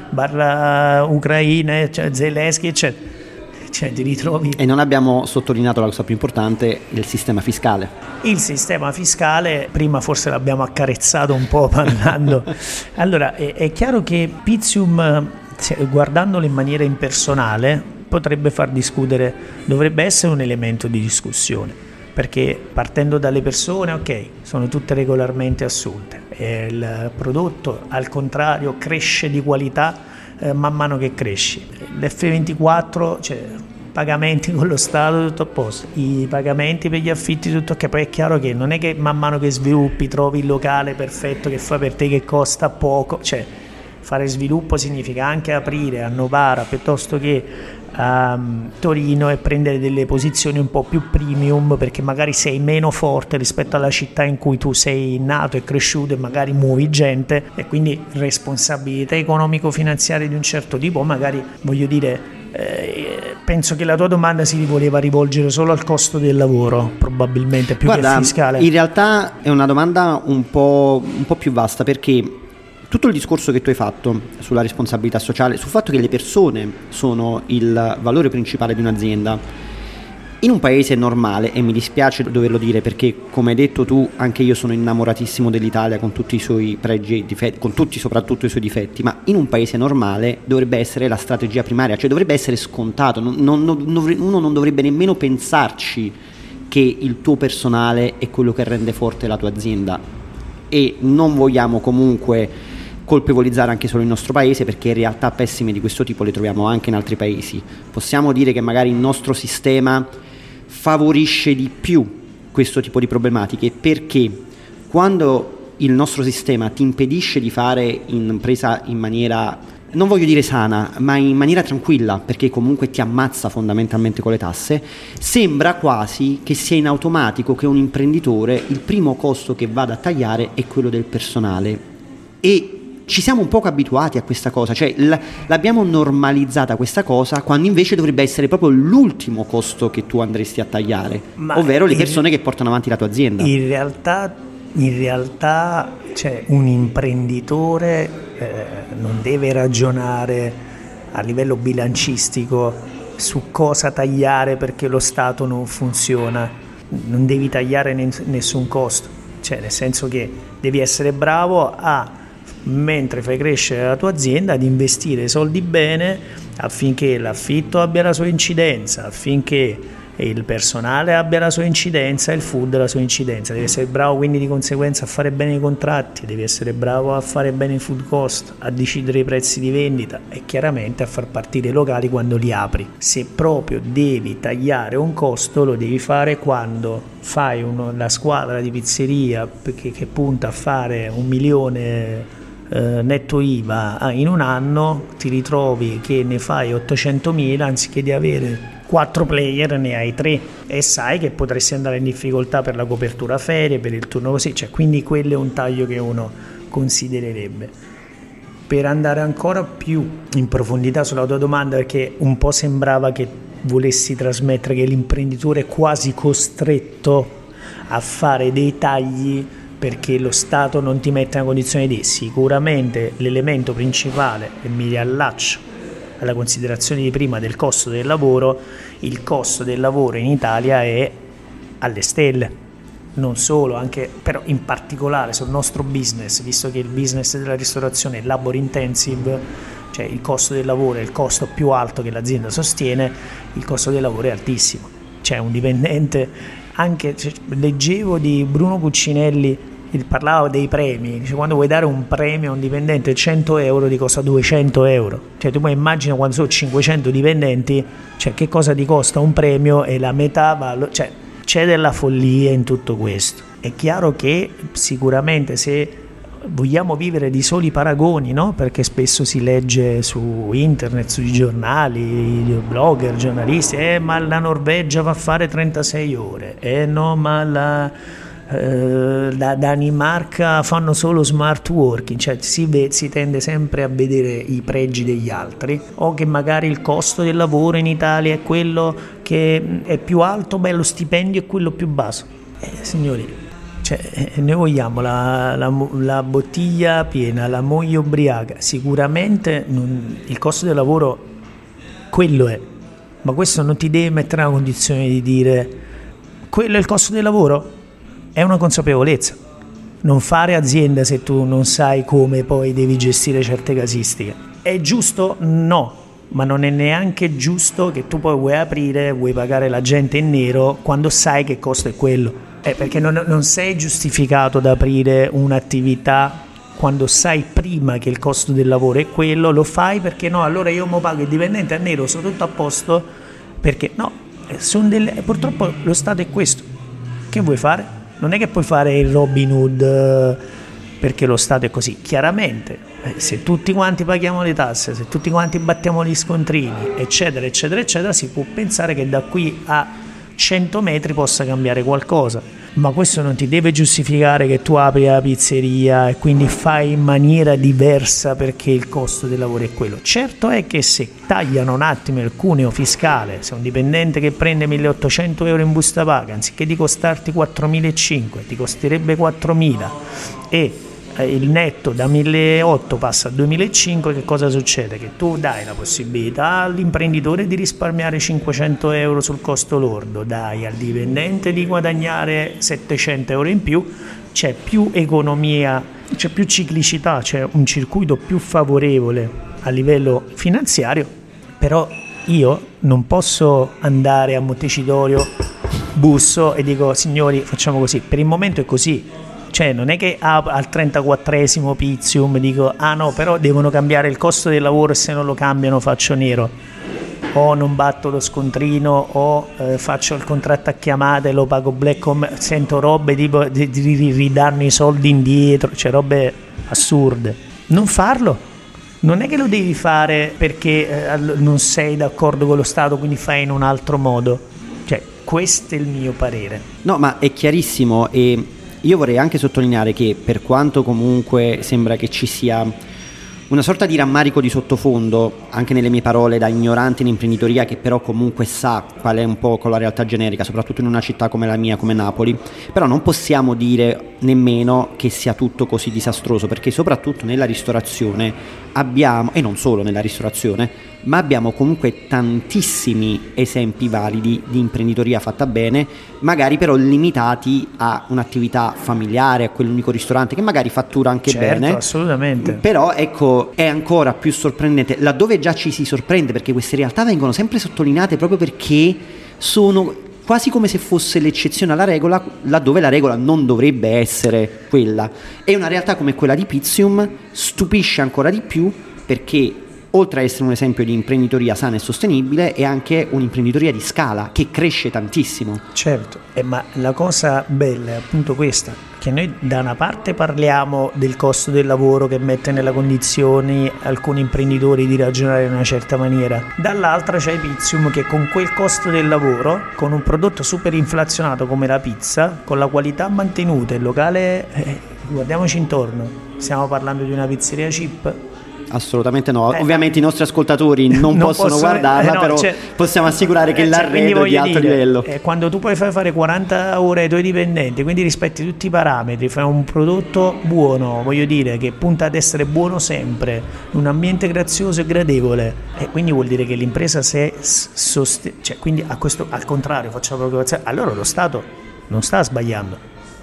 barra Ucraina, cioè Zelensky, eccetera. Cioè ti ritrovi. E non abbiamo sottolineato la cosa più importante, il sistema fiscale. Il sistema fiscale, prima forse l'abbiamo accarezzato un po' parlando. Allora, è, è chiaro che Pythium, guardandolo in maniera impersonale, potrebbe far discutere, dovrebbe essere un elemento di discussione. Perché partendo dalle persone, ok, sono tutte regolarmente assunte, e il prodotto al contrario cresce di qualità eh, man mano che cresci. L'F ventiquattro, cioè pagamenti con lo Stato, tutto a posto, i pagamenti per gli affitti, tutto ok. Poi è chiaro che non è che man mano che sviluppi trovi il locale perfetto che fa per te, che costa poco, cioè fare sviluppo significa anche aprire a Novara piuttosto che a Torino e prendere delle posizioni un po' più premium, perché magari sei meno forte rispetto alla città in cui tu sei nato e cresciuto e magari muovi gente, e quindi responsabilità economico-finanziarie di un certo tipo. Magari, voglio dire, eh, penso che la tua domanda si voleva rivolgere solo al costo del lavoro, probabilmente, più Guarda, che fiscale. In realtà è una domanda un po', un po' più vasta, perché tutto il discorso che tu hai fatto sulla responsabilità sociale, sul fatto che le persone sono il valore principale di un'azienda, in un paese normale, e mi dispiace doverlo dire perché, come hai detto tu, anche io sono innamoratissimo dell'Italia con tutti i suoi pregi e difetti, con tutti soprattutto i suoi difetti, ma in un paese normale dovrebbe essere la strategia primaria, cioè dovrebbe essere scontato, non, non, non, uno non dovrebbe nemmeno pensarci che il tuo personale è quello che rende forte la tua azienda, e non vogliamo comunque colpevolizzare anche solo il nostro paese, perché in realtà pessime di questo tipo le troviamo anche in altri paesi. Possiamo dire che magari il nostro sistema favorisce di più questo tipo di problematiche, perché quando il nostro sistema ti impedisce di fare impresa in maniera, non voglio dire sana, ma in maniera tranquilla, perché comunque ti ammazza fondamentalmente con le tasse, sembra quasi che sia in automatico che un imprenditore il primo costo che vada a tagliare è quello del personale, e ci siamo un poco abituati a questa cosa, cioè l- l'abbiamo normalizzata questa cosa, quando invece dovrebbe essere proprio l'ultimo costo che tu andresti a tagliare, ma ovvero le persone in, che portano avanti la tua azienda. In realtà, in realtà cioè, un imprenditore eh, non deve ragionare a livello bilancistico su cosa tagliare perché lo Stato non funziona. non devi tagliare nessun costo, cioè nel senso che devi essere bravo a, mentre fai crescere la tua azienda, ad investire soldi bene affinché l'affitto abbia la sua incidenza, affinché il personale abbia la sua incidenza e il food la sua incidenza. Devi essere bravo quindi di conseguenza a fare bene i contratti, devi essere bravo a fare bene i food cost, a decidere i prezzi di vendita e chiaramente a far partire i locali quando li apri. Se proprio devi tagliare un costo, lo devi fare quando fai uno, la squadra di pizzeria che, che punta a fare un milione eh, netto I V A in un anno, ti ritrovi che ne fai ottocentomila anziché di avere quattro player, ne hai tre e sai che potresti andare in difficoltà per la copertura ferie, per il turno così, cioè quindi quello è un taglio che uno considererebbe. Per andare ancora più in profondità sulla tua domanda, perché un po' sembrava che volessi trasmettere che l'imprenditore è quasi costretto a fare dei tagli perché lo Stato non ti mette nella condizione di, sicuramente l'elemento principale, e mi riallaccio alla considerazione di prima del costo del lavoro, il costo del lavoro in Italia è alle stelle, non solo, anche però in particolare sul nostro business, visto che il business della ristorazione è labor intensive, cioè il costo del lavoro è il costo più alto che l'azienda sostiene, il costo del lavoro è altissimo. C'è un dipendente, anche cioè, leggevo di Bruno Cuccinelli, parlava dei premi, dice quando vuoi dare un premio a un dipendente cento euro ti costa duecento euro, cioè tu puoi immaginare quando sono cinquecento dipendenti, cioè che cosa ti costa un premio e la metà va, cioè c'è della follia in tutto questo. È chiaro che sicuramente se vogliamo vivere di soli paragoni, no? Perché spesso si legge su internet, sui giornali, blogger, giornalisti, eh ma la Norvegia va a fare trentasei ore, eh no ma la da Danimarca fanno solo smart working, cioè si, ve, si tende sempre a vedere i pregi degli altri, o che magari il costo del lavoro in Italia è quello che è più alto, beh lo stipendio è quello più basso. Eh, signori, cioè, eh, noi vogliamo la, la, la bottiglia piena, la moglie ubriaca, sicuramente non, il costo del lavoro quello è, ma questo non ti deve mettere nella condizione di dire quello è il costo del lavoro. È una consapevolezza. Non fare azienda se tu non sai come poi devi gestire certe casistiche. È giusto? No, ma non è neanche giusto che tu poi vuoi aprire, vuoi pagare la gente in nero quando sai che costo è quello. Eh, perché non, non sei giustificato ad aprire un'attività quando sai prima che il costo del lavoro è quello, lo fai perché no, allora io mo pago il dipendente a nero, sono tutto a posto, perché no, sono delle, purtroppo lo Stato è questo. Che vuoi fare? Non è che puoi fare il Robin Hood perché lo Stato è così. Chiaramente, se tutti quanti paghiamo le tasse, se tutti quanti battiamo gli scontrini, eccetera, eccetera, eccetera, si può pensare che da qui a cento metri possa cambiare qualcosa. Ma questo non ti deve giustificare che tu apri la pizzeria e quindi fai in maniera diversa perché il costo del lavoro è quello. Certo è che se tagliano un attimo il cuneo fiscale, se un dipendente che prende milleottocento euro in busta paga, anziché di costarti quattromilacinquecento, ti costerebbe quattromila e il netto da milleottocento passa a duemilacinquecento, che cosa succede? Che tu dai la possibilità all'imprenditore di risparmiare cinquecento euro sul costo lordo, dai al dipendente di guadagnare settecento euro in più, c'è più economia, c'è più ciclicità, c'è un circuito più favorevole a livello finanziario, però io non posso andare a Montecitorio, busso e dico signori facciamo così, per il momento è così. Cioè non è che ah, al trentaquattresimo Pizium dico ah no però devono cambiare il costo del lavoro e se non lo cambiano faccio nero, o non batto lo scontrino, o eh, faccio il contratto a chiamata e lo pago black com- sento robe tipo di, di, di ridarmi i soldi indietro, cioè robe assurde. Non farlo, non è che lo devi fare perché eh, non sei d'accordo con lo Stato quindi fai in un altro modo, cioè questo è il mio parere. No, ma è chiarissimo, e io vorrei anche sottolineare che per quanto comunque sembra che ci sia una sorta di rammarico di sottofondo anche nelle mie parole da ignorante in imprenditoria, che però comunque sa qual è un po' con la realtà generica, soprattutto in una città come la mia, come Napoli, però non possiamo dire nemmeno che sia tutto così disastroso, perché soprattutto nella ristorazione abbiamo, e non solo nella ristorazione, ma abbiamo comunque tantissimi esempi validi di imprenditoria fatta bene, magari però limitati a un'attività familiare, a quell'unico ristorante che magari fattura anche certo, bene. Assolutamente. Però ecco, è ancora più sorprendente laddove già ci si sorprende, perché queste realtà vengono sempre sottolineate proprio perché sono quasi come se fosse l'eccezione alla regola, laddove la regola non dovrebbe essere quella. E una realtà come quella di Pyzium stupisce ancora di più, perché oltre a essere un esempio di imprenditoria sana e sostenibile, è anche un'imprenditoria di scala che cresce tantissimo. Certo, eh, ma la cosa bella è appunto questa, che noi da una parte parliamo del costo del lavoro che mette nelle condizioni alcuni imprenditori di ragionare in una certa maniera, dall'altra c'è Pyzium che con quel costo del lavoro, con un prodotto super inflazionato come la pizza, con la qualità mantenuta, il locale, eh, guardiamoci intorno, stiamo parlando di una pizzeria cheap? Assolutamente no, eh, ovviamente i nostri ascoltatori non, non possono, possono guardarla, eh, no, però cioè, possiamo assicurare che eh, l'arredo è di alto dire, livello. Eh, quando tu puoi fare quaranta ore ai tuoi dipendenti, quindi rispetti tutti i parametri, fai un prodotto buono, voglio dire, che punta ad essere buono sempre, un ambiente grazioso e gradevole, e eh, quindi vuol dire che l'impresa se sost- cioè, quindi a questo, al contrario, faccio la provocazione, allora lo Stato non sta sbagliando.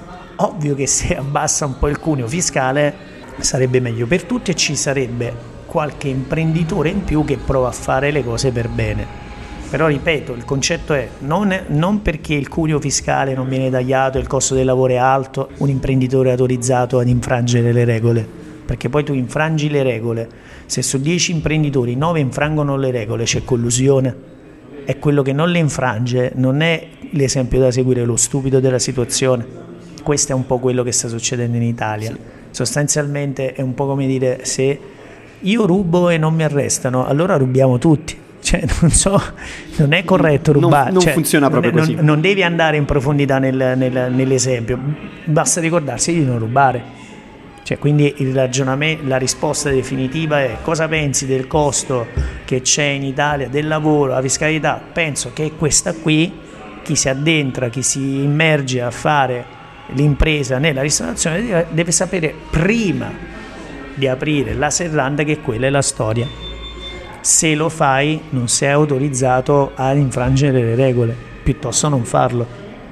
Ovvio che se abbassa un po' il cuneo fiscale sarebbe meglio per tutti e ci sarebbe qualche imprenditore in più che prova a fare le cose per bene. Però ripeto, il concetto è non, è, non perché il cuneo fiscale non viene tagliato e il costo del lavoro è alto, un imprenditore è autorizzato ad infrangere le regole, perché poi tu infrangi le regole, se su dieci imprenditori nove infrangono le regole c'è collusione, e quello che non le infrange non è l'esempio da seguire, lo stupido della situazione. Questo è un po' quello che sta succedendo in Italia. Sì. Sostanzialmente è un po' come dire, se io rubo e non mi arrestano, allora rubiamo tutti. Cioè, non so, non è corretto rubare. Non, non cioè, funziona proprio non, così. Non, non devi andare in profondità nel, nel, nell'esempio, basta ricordarsi di non rubare. Cioè, quindi il ragionamento, la risposta definitiva è: cosa pensi del costo che c'è in Italia del lavoro, la fiscalità? Penso che questa qui, chi si addentra, chi si immerge a fare l'impresa nella ristorazione deve, deve sapere prima di aprire la serranda che quella è la storia. Se lo fai non sei autorizzato a infrangere le regole, piuttosto non farlo,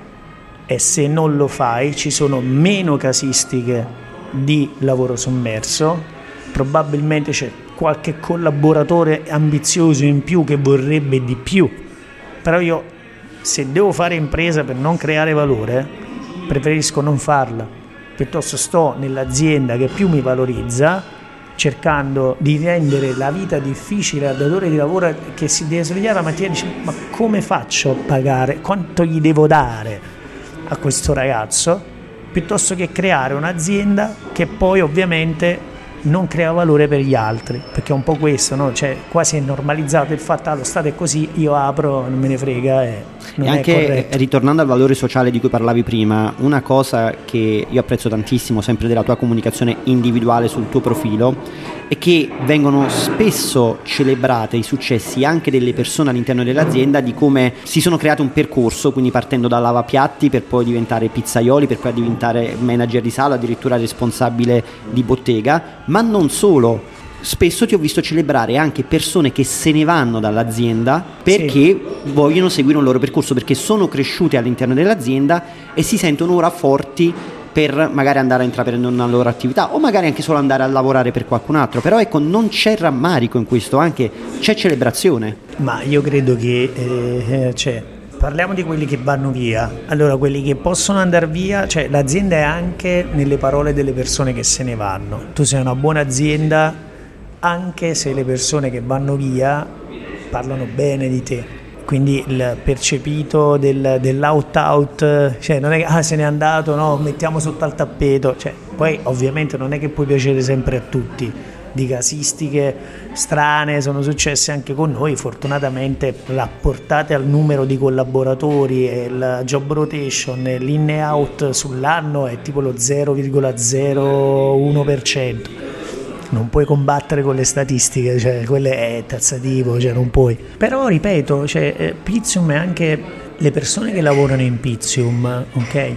e se non lo fai ci sono meno casistiche di lavoro sommerso, probabilmente c'è qualche collaboratore ambizioso in più che vorrebbe di più, però io se devo fare impresa per non creare valore preferisco non farla, piuttosto sto nell'azienda che più mi valorizza, cercando di rendere la vita difficile al datore di lavoro che si deve svegliare la mattina e dice: ma come faccio a pagare, quanto gli devo dare a questo ragazzo, piuttosto che creare un'azienda che poi ovviamente non crea valore per gli altri, perché è un po' questo, no? Cioè, quasi è normalizzato il fatto che ah, lo Stato è così, io apro, non me ne frega, e non e anche è corretto. Ritornando al valore sociale di cui parlavi prima, una cosa che io apprezzo tantissimo sempre della tua comunicazione individuale sul tuo profilo è che vengono spesso celebrate i successi anche delle persone all'interno dell'azienda, di come si sono create un percorso, quindi partendo da lavapiatti per poi diventare pizzaioli, per poi diventare manager di sala, addirittura responsabile di bottega. Ma non solo, spesso ti ho visto celebrare anche persone che se ne vanno dall'azienda perché sì. vogliono seguire un loro percorso, perché sono cresciute all'interno dell'azienda e si sentono ora forti per magari andare a intraprendere una loro attività o magari anche solo andare a lavorare per qualcun altro. Però ecco, non c'è rammarico in questo, anche c'è celebrazione. Ma io credo che eh, cioè, parliamo di quelli che vanno via. Allora, quelli che possono andare via, cioè l'azienda è anche nelle parole delle persone che se ne vanno. Tu sei una buona azienda anche se le persone che vanno via parlano bene di te. Quindi il percepito del, dell'out-out, cioè non è che ah, se n'è andato, no, mettiamo sotto al tappeto. Cioè, poi ovviamente non è che puoi piacere sempre a tutti. Di casistiche strane sono successe anche con noi, fortunatamente rapportate al numero di collaboratori e il job rotation e l'in e out sull'anno è tipo lo zero virgola zero uno per cento. Non puoi combattere con le statistiche, cioè quelle è tazzativo, cioè non puoi. Però ripeto, cioè eh, Pyzium è anche le persone che lavorano in Pyzium, ok?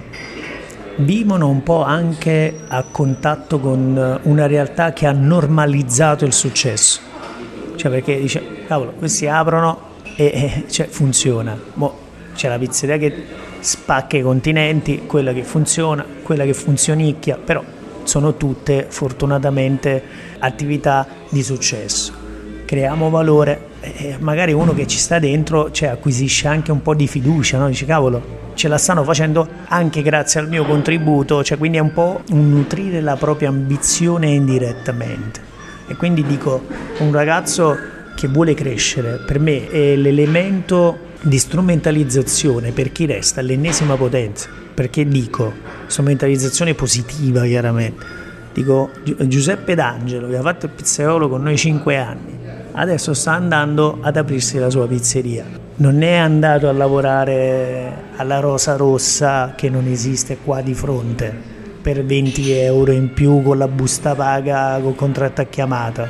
Vivono un po' anche a contatto con una realtà che ha normalizzato il successo. cioè perché dice cavolo, questi aprono e, e cioè, funziona. Mo c'è la pizzeria che spacca i continenti, quella che funziona, quella che funzionicchia, però sono tutte fortunatamente attività di successo. Creiamo valore e magari uno che ci sta dentro, cioè, acquisisce anche un po' di fiducia, no? Dice cavolo, ce la stanno facendo anche grazie al mio contributo, cioè, quindi è un po' un nutrire la propria ambizione indirettamente. E quindi dico, un ragazzo che vuole crescere, per me è l'elemento di strumentalizzazione per chi resta all'ennesima potenza. Perché dico strumentalizzazione positiva, chiaramente. Dico, Giuseppe D'Angelo, che ha fatto il pizzaiolo con noi cinque anni, adesso sta andando ad aprirsi la sua pizzeria. Non è andato a lavorare alla Rosa Rossa, che non esiste qua di fronte, per venti euro in più con la busta paga, col contratto a chiamata.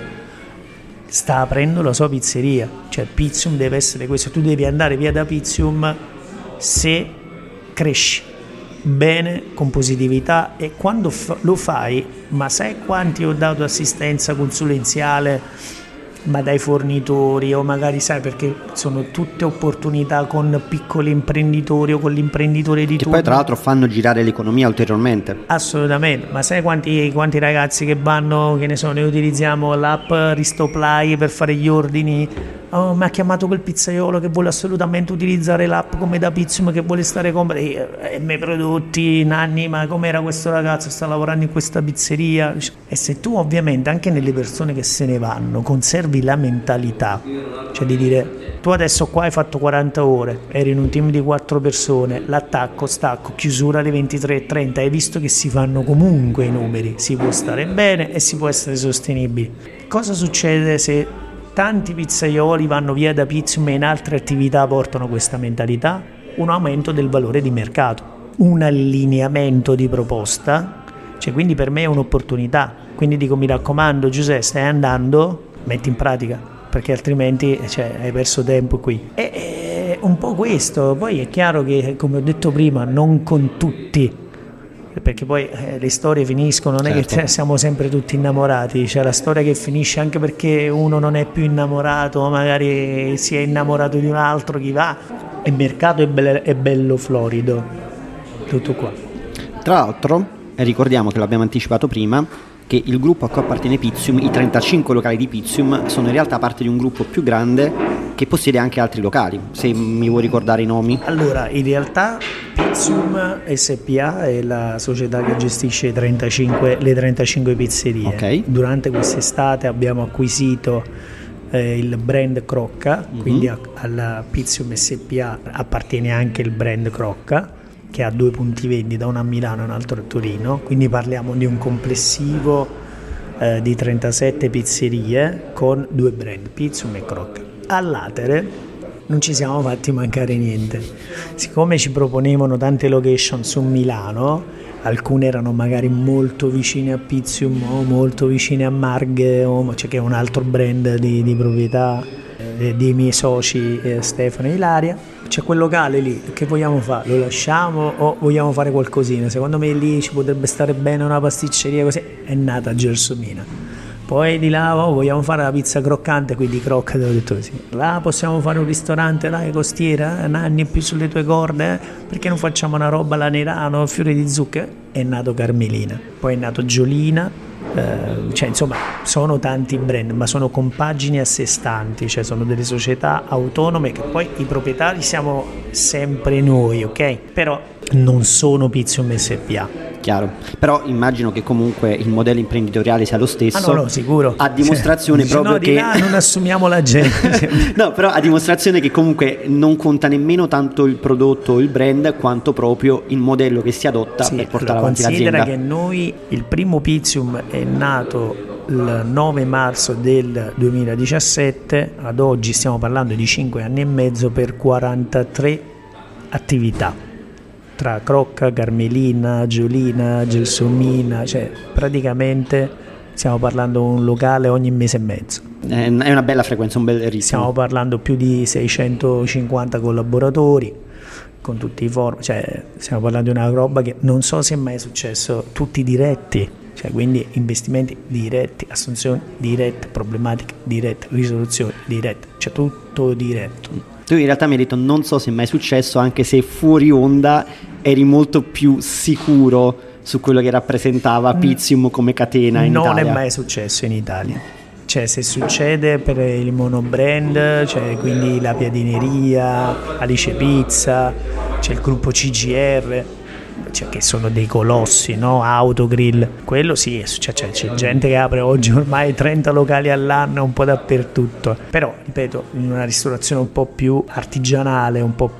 Sta aprendo la sua pizzeria. Cioè Pizzium deve essere questo. Tu devi andare via da Pizzium se cresci bene, con positività, e quando fa- lo fai, ma sai quanti ho dato assistenza consulenziale, ma dai fornitori, o magari sai, perché sono tutte opportunità con piccoli imprenditori o con l'imprenditore di che turno. poi tra l'altro fanno girare l'economia ulteriormente. Assolutamente, ma sai quanti, quanti ragazzi che vanno, che ne so, noi utilizziamo l'app Ristoplay per fare gli ordini. Oh, mi ha chiamato quel pizzaiolo che vuole assolutamente utilizzare l'app come da Pizzium, che vuole stare con e, e i miei prodotti, Nanni, ma com'era questo ragazzo, sta lavorando in questa pizzeria. E se tu ovviamente anche nelle persone che se ne vanno conservi la mentalità, cioè di dire tu adesso qua hai fatto quaranta ore, eri in un team di quattro persone, l'attacco, stacco, chiusura alle ventitré e trenta, hai visto che si fanno comunque i numeri, si può stare bene e si può essere sostenibili. Cosa succede se tanti pizzaioli vanno via da Pizzium e in altre attività portano questa mentalità? Un aumento del valore di mercato, un allineamento di proposta, cioè quindi per me è un'opportunità. Quindi dico, mi raccomando Giuseppe, stai andando, metti in pratica, perché altrimenti cioè, hai perso tempo qui. E, e un po' questo. Poi è chiaro che, come ho detto prima, non con tutti, perché poi eh, le storie finiscono, non certo. È che siamo sempre tutti innamorati, c'è la storia che finisce anche perché uno non è più innamorato, magari si è innamorato di un altro, chi va. Il mercato è, be- è bello florido, tutto qua. Tra l'altro ricordiamo che l'abbiamo anticipato prima, che il gruppo a cui appartiene Pizzium, i trentacinque locali di Pizzium, sono in realtà parte di un gruppo più grande che possiede anche altri locali. Se mi vuoi ricordare i nomi. Allora, in realtà Pizzium S P A è la società che gestisce trentacinque, le trentacinque pizzerie. Okay. Durante quest'estate abbiamo acquisito eh, il brand Crocca, mm-hmm. Quindi a, alla Pizzium S P A appartiene anche il brand Crocca, che ha due punti vendita, uno a Milano e un altro a Torino, quindi parliamo di un complessivo eh, di trentasette pizzerie con due brand, Pizzium e Crocca. All'Atere non ci siamo fatti mancare niente, siccome ci proponevano tante location su Milano, alcune erano magari molto vicine a Pizzium o molto vicine a Marghe, o, cioè che è un altro brand di, di proprietà eh, dei miei soci eh, Stefano e Ilaria. C'è quel locale lì, che vogliamo fare? Lo lasciamo o vogliamo fare qualcosina? Secondo me lì ci potrebbe stare bene una pasticceria, così è nata Gelsomina. Poi di là oh, vogliamo fare la pizza croccante, quindi Crocca, te l'ho detto così. Là possiamo fare un ristorante, là, costiera, Nanni più sulle tue corde, eh? Perché non facciamo una roba alla Nerano, fiore di zucca? È nato Carmelina, poi è nato Giolina. Uh, cioè insomma sono tanti brand, ma sono compagini a sé stanti, cioè sono delle società autonome che poi i proprietari siamo sempre noi, ok? Però non sono Pizzium S P A. Chiaro, però immagino che comunque il modello imprenditoriale sia lo stesso. Ah no, no, sicuro. A dimostrazione cioè, proprio no, che di là non assumiamo la gente. No, però a dimostrazione che comunque non conta nemmeno tanto il prodotto o il brand quanto proprio il modello che si adotta sì, per portare allora, avanti l'azienda. Considera che noi, il primo Pizzium è nato il nove marzo del duemiladiciassette, ad oggi stiamo parlando di cinque anni e mezzo per quarantatré attività. Tra Crocca, Carmelina, Giolina, Gelsomina, cioè praticamente stiamo parlando di un locale ogni mese e mezzo. È una bella frequenza, un bel ritmo. Stiamo parlando più di seicentocinquanta collaboratori con tutti i forum, cioè stiamo parlando di una roba che non so se è mai successo, tutti diretti, Cioè, quindi investimenti diretti, assunzioni dirette, problematiche dirette, risoluzioni dirette, cioè tutto diretto. Tu in realtà mi hai detto, non so se è mai successo, anche se fuori onda eri molto più sicuro su quello che rappresentava Pythium come catena in non Italia. Non è mai successo in Italia. Cioè, se succede per il monobrand, cioè quindi la Piadineria, Alice Pizza, c'è il gruppo C G R, cioè che sono dei colossi, no? Autogrill, quello sì, cioè, cioè, c'è gente che apre oggi ormai trenta locali all'anno un po' dappertutto, però ripeto, in una ristorazione un po' più artigianale, un po'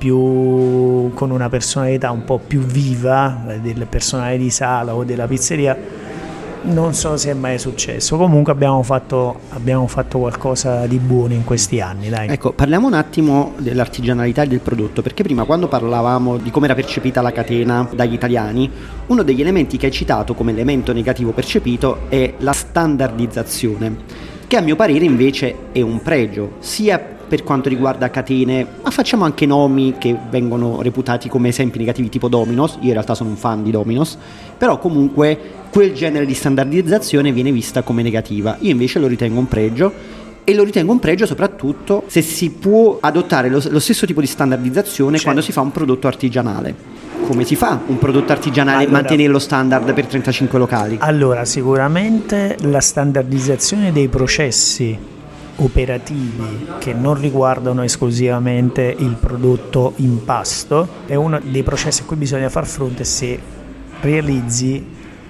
più con una personalità un po' più viva del personale di sala o della pizzeria, non so se è mai successo. Comunque abbiamo fatto, abbiamo fatto qualcosa di buono in questi anni, dai. Ecco, parliamo un attimo dell'artigianalità del prodotto, perché prima, quando parlavamo di come era percepita la catena dagli italiani, uno degli elementi che hai citato come elemento negativo percepito è la standardizzazione, che a mio parere invece è un pregio, sia per quanto riguarda catene, ma facciamo anche nomi che vengono reputati come esempi negativi, tipo Domino's. Io in realtà sono un fan di Domino's, però comunque quel genere di standardizzazione viene vista come negativa. Io invece lo ritengo un pregio, e lo ritengo un pregio soprattutto se si può adottare lo, lo stesso tipo di standardizzazione, certo, quando si fa un prodotto artigianale. Come si fa un prodotto artigianale e allora, mantenere lo standard per trentacinque locali? Allora, sicuramente la standardizzazione dei processi operativi che non riguardano esclusivamente il prodotto in pasto è uno dei processi a cui bisogna far fronte se realizzi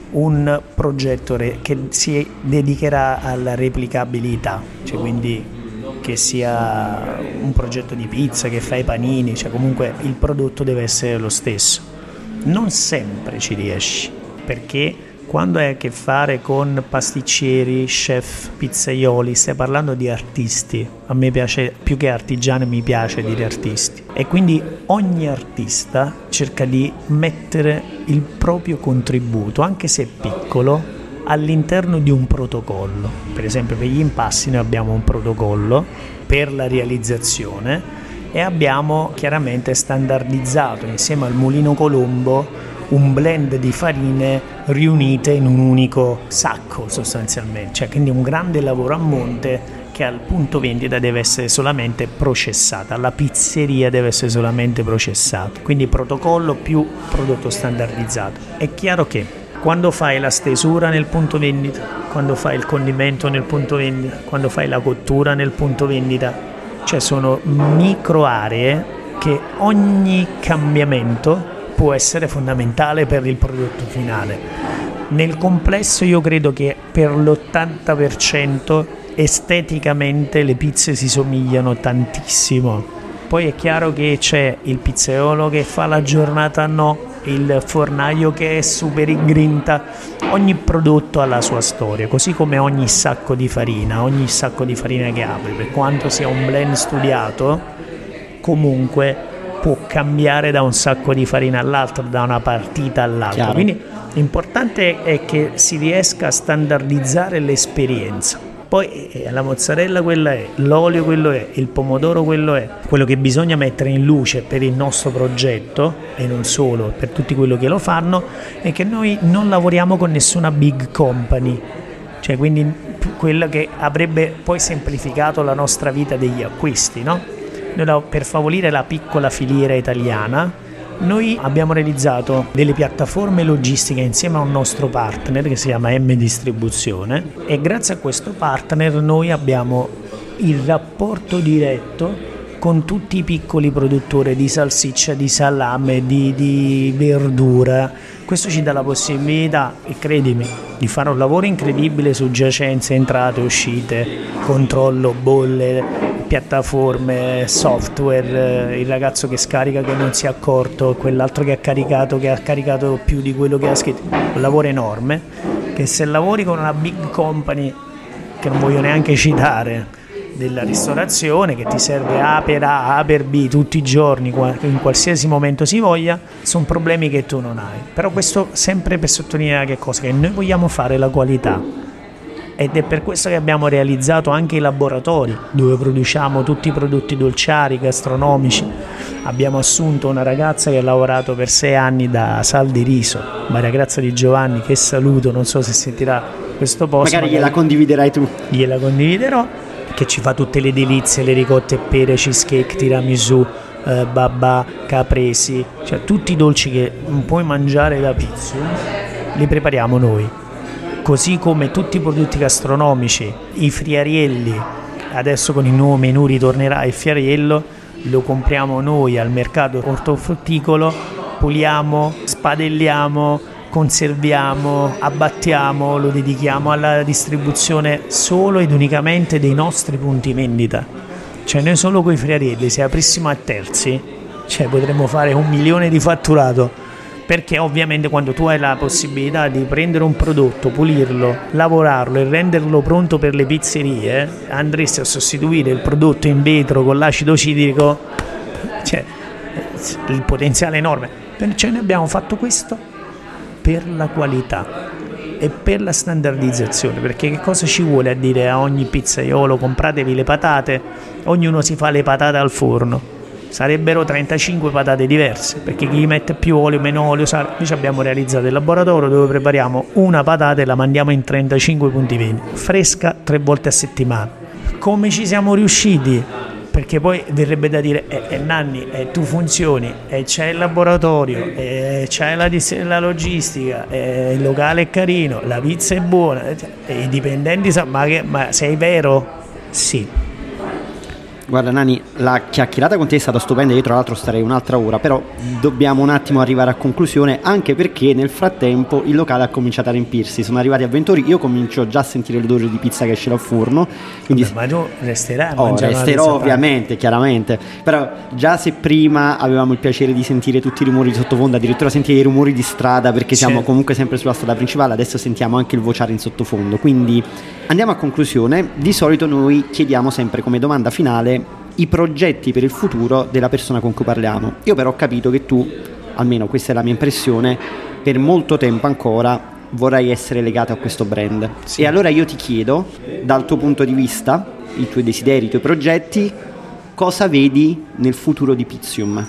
un progetto re- che si dedicherà alla replicabilità, cioè quindi che sia un progetto di pizza, che fa i panini, cioè comunque il prodotto deve essere lo stesso. Non sempre ci riesci, perché quando hai a che fare con pasticceri, chef, pizzaioli, stai parlando di artisti. A me piace, più che artigiani, mi piace dire artisti. E quindi ogni artista cerca di mettere il proprio contributo, anche se piccolo, all'interno di un protocollo. Per esempio, per gli impasti noi abbiamo un protocollo per la realizzazione e abbiamo chiaramente standardizzato insieme al Mulino Colombo un blend di farine riunite in un unico sacco sostanzialmente, cioè quindi un grande lavoro a monte che al punto vendita deve essere solamente processata, alla pizzeria deve essere solamente processata, quindi protocollo più prodotto standardizzato. È chiaro che quando fai la stesura nel punto vendita, quando fai il condimento nel punto vendita, quando fai la cottura nel punto vendita, cioè sono micro aree che ogni cambiamento può essere fondamentale per il prodotto finale. Nel complesso io credo che per l'ottanta per cento esteticamente le pizze si somigliano tantissimo. Poi è chiaro che c'è il pizzaiolo che fa la giornata no, il fornaio che è super in grinta. Ogni prodotto ha la sua storia, così come ogni sacco di farina, ogni sacco di farina che apri, per quanto sia un blend studiato, comunque può cambiare da un sacco di farina all'altro, da una partita all'altra. Chiaro. Quindi l'importante è che si riesca a standardizzare l'esperienza. Poi eh, la mozzarella quella è, l'olio quello è, il pomodoro quello è. Quello che bisogna mettere in luce per il nostro progetto, e non solo, per tutti quelli che lo fanno, è che noi non lavoriamo con nessuna big company, cioè quindi quella che avrebbe poi semplificato la nostra vita degli acquisti, no? Noi, per favorire la piccola filiera italiana, noi abbiamo realizzato delle piattaforme logistiche insieme a un nostro partner che si chiama M Distribuzione, e grazie a questo partner noi abbiamo il rapporto diretto con tutti i piccoli produttori di salsiccia, di salame, di, di verdura. Questo ci dà la possibilità, e credimi, di fare un lavoro incredibile su giacenze, entrate, uscite, controllo, bolle, piattaforme, software, il ragazzo che scarica che non si è accorto, quell'altro che ha caricato che ha caricato più di quello che ha scritto. Un lavoro enorme che, se lavori con una big company, che non voglio neanche citare, della ristorazione, che ti serve A per A, A per B tutti i giorni, in qualsiasi momento si voglia, sono problemi che tu non hai. Però questo sempre per sottolineare che cosa? Che noi vogliamo fare la qualità, ed è per questo che abbiamo realizzato anche i laboratori dove produciamo tutti i prodotti dolciari, gastronomici, Abbiamo assunto una ragazza che ha lavorato per sei anni da Sal di Riso, Maria Grazia Di Giovanni, che saluto, non so se sentirà questo post. Magari, magari gliela condividerai tu. Gliela condividerò, che ci fa tutte le delizie, le ricotte e pere, cheesecake, tiramisù, eh, babà, capresi, cioè tutti i dolci che non puoi mangiare da Pizzium, li prepariamo noi. Così come tutti i prodotti gastronomici, i friarielli, adesso con il nuovo menù ritornerà il friariello, lo compriamo noi al mercato ortofrutticolo, puliamo, spadelliamo, conserviamo, abbattiamo, lo dedichiamo alla distribuzione solo ed unicamente dei nostri punti vendita. Cioè noi solo con i friarielli, se aprissimo a terzi, cioè potremmo fare un milione di fatturato, perché ovviamente quando tu hai la possibilità di prendere un prodotto, pulirlo, lavorarlo e renderlo pronto per le pizzerie, andresti a sostituire il prodotto in vetro con l'acido citrico, cioè il potenziale è enorme. Cioè noi abbiamo fatto questo per la qualità e per la standardizzazione, perché che cosa ci vuole a dire a ogni pizzaiolo compratevi le patate, ognuno si fa le patate al forno? Sarebbero trentacinque patate diverse, perché chi mette più olio, meno olio, sale. Noi abbiamo realizzato il laboratorio dove prepariamo una patata e la mandiamo in trentacinque punti vendita, fresca tre volte a settimana. Come ci siamo riusciti? Perché poi verrebbe da dire, eh, eh, Nanni, eh, tu funzioni, eh, c'è il laboratorio, eh, c'è la, la logistica, eh, il locale è carino, la pizza è buona, eh, i dipendenti sanno, ma, che, ma sei vero? Sì. Guarda Nani, la chiacchierata con te è stata stupenda, io tra l'altro starei un'altra ora, però dobbiamo un attimo arrivare a conclusione, anche perché nel frattempo il locale ha cominciato a riempirsi, sono arrivati avventori, io comincio già a sentire l'odore di pizza che esce dal forno, quindi Vabbè, ma tu resterai a oh, mangiare una resterò pizza ovviamente, pane. Chiaramente, però già se prima avevamo il piacere di sentire tutti i rumori di sottofondo, addirittura sentire i rumori di strada perché siamo certo. comunque sempre sulla strada principale, adesso sentiamo anche il vociare in sottofondo, quindi andiamo a conclusione. Di solito noi chiediamo sempre come domanda finale i progetti per il futuro della persona con cui parliamo. Io però ho capito che tu, almeno questa è la mia impressione, per molto tempo ancora vorrai essere legato a questo brand. Sì. E allora io ti chiedo, dal tuo punto di vista, i tuoi desideri, i tuoi progetti, cosa vedi nel futuro di Pizzium?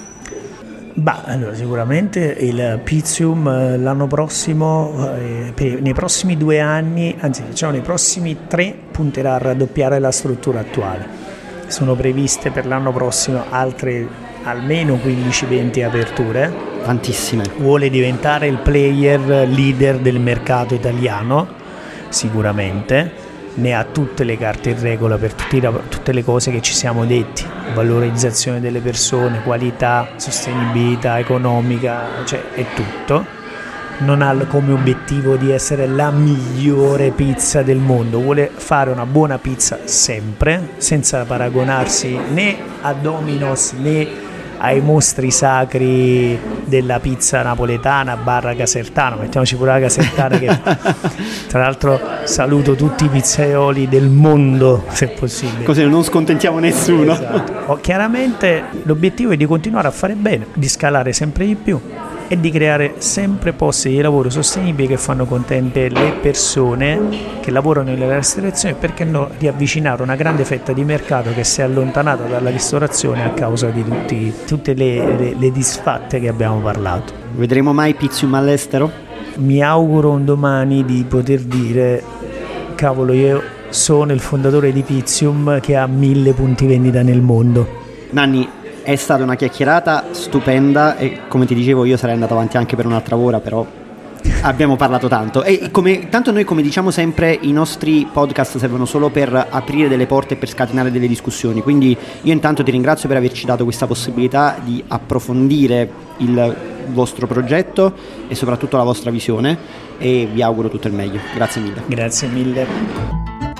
Bah, allora sicuramente il Pizzium l'anno prossimo, eh, per, nei prossimi due anni, anzi diciamo nei prossimi tre, punterà a raddoppiare la struttura attuale. Sono previste per l'anno prossimo altre almeno quindici venti aperture. Tantissime. Vuole diventare il player leader del mercato italiano, sicuramente. Ne ha tutte le carte in regola per tutti, tutte le cose che ci siamo detti: valorizzazione delle persone, qualità, sostenibilità economica, cioè è tutto. Non ha come obiettivo di essere la migliore pizza del mondo, vuole fare una buona pizza sempre, senza paragonarsi né a Domino's né ai mostri sacri della pizza napoletana barra casertana, mettiamoci pure la casertana che tra l'altro saluto tutti i pizzaioli del mondo se possibile, così non scontentiamo nessuno. Esatto. Oh, chiaramente l'obiettivo è di continuare a fare bene, di scalare sempre di più e di creare sempre posti di lavoro sostenibili che fanno contente le persone che lavorano nella ristorazione, perché no, riavvicinare una grande fetta di mercato che si è allontanata dalla ristorazione a causa di tutti, tutte le, le, le disfatte che abbiamo parlato. Vedremo mai Pizzium all'estero? Mi auguro un domani di poter dire cavolo, io sono il fondatore di Pizzium che ha mille punti vendita nel mondo. Nanni, è stata una chiacchierata stupenda e come ti dicevo io sarei andato avanti anche per un'altra ora, però abbiamo parlato tanto e come, tanto noi come diciamo sempre i nostri podcast servono solo per aprire delle porte e per scatenare delle discussioni, quindi io intanto ti ringrazio per averci dato questa possibilità di approfondire il vostro progetto e soprattutto la vostra visione e vi auguro tutto il meglio. Grazie mille. Grazie mille.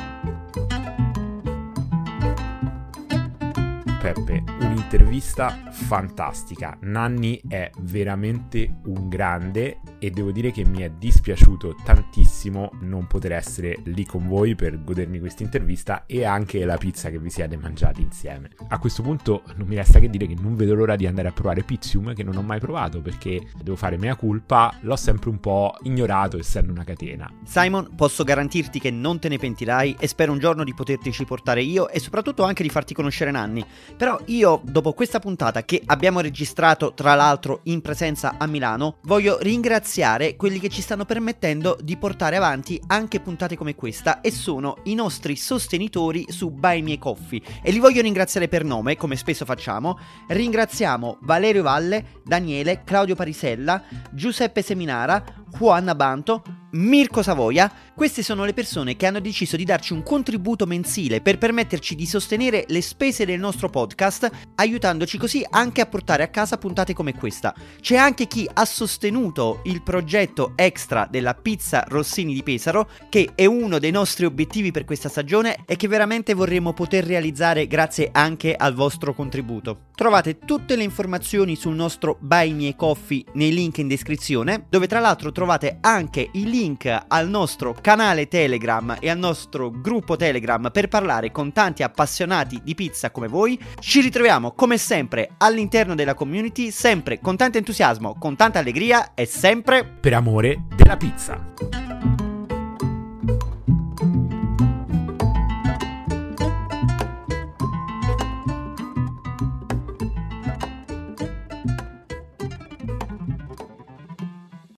Peppe, un'intervista fantastica. Nanni è veramente un grande e devo dire che mi è dispiaciuto tantissimo non poter essere lì con voi per godermi questa intervista e anche la pizza che vi siete mangiati insieme. A questo punto non mi resta che dire che non vedo l'ora di andare a provare Pizzium, che non ho mai provato perché devo fare mea culpa, l'ho sempre un po' ignorato essendo una catena. Simon, posso garantirti che non te ne pentirai e spero un giorno di potertici portare io e soprattutto anche di farti conoscere Nanni. Però io dopo questo questa puntata che abbiamo registrato tra l'altro in presenza a Milano, voglio ringraziare quelli che ci stanno permettendo di portare avanti anche puntate come questa, e sono i nostri sostenitori su Buy Me a Coffee, e li voglio ringraziare per nome, come spesso facciamo. Ringraziamo Valerio Valle, Daniele, Claudio Parisella, Giuseppe Seminara, Juan Abanto, Mirko Savoia. Queste sono le persone che hanno deciso di darci un contributo mensile per permetterci di sostenere le spese del nostro podcast, aiutandoci così anche a portare a casa puntate come questa. C'è anche chi ha sostenuto il progetto extra della pizza Rossini di Pesaro, che è uno dei nostri obiettivi per questa stagione e che veramente vorremmo poter realizzare grazie anche al vostro contributo. Trovate tutte le informazioni sul nostro Buy Me a Coffee nei link in descrizione, dove tra l'altro trovate anche i link al nostro canale Telegram e al nostro gruppo Telegram per parlare con tanti appassionati di pizza come voi. Ci ritroviamo come sempre all'interno della community, sempre con tanto entusiasmo, con tanta allegria e sempre per amore della pizza.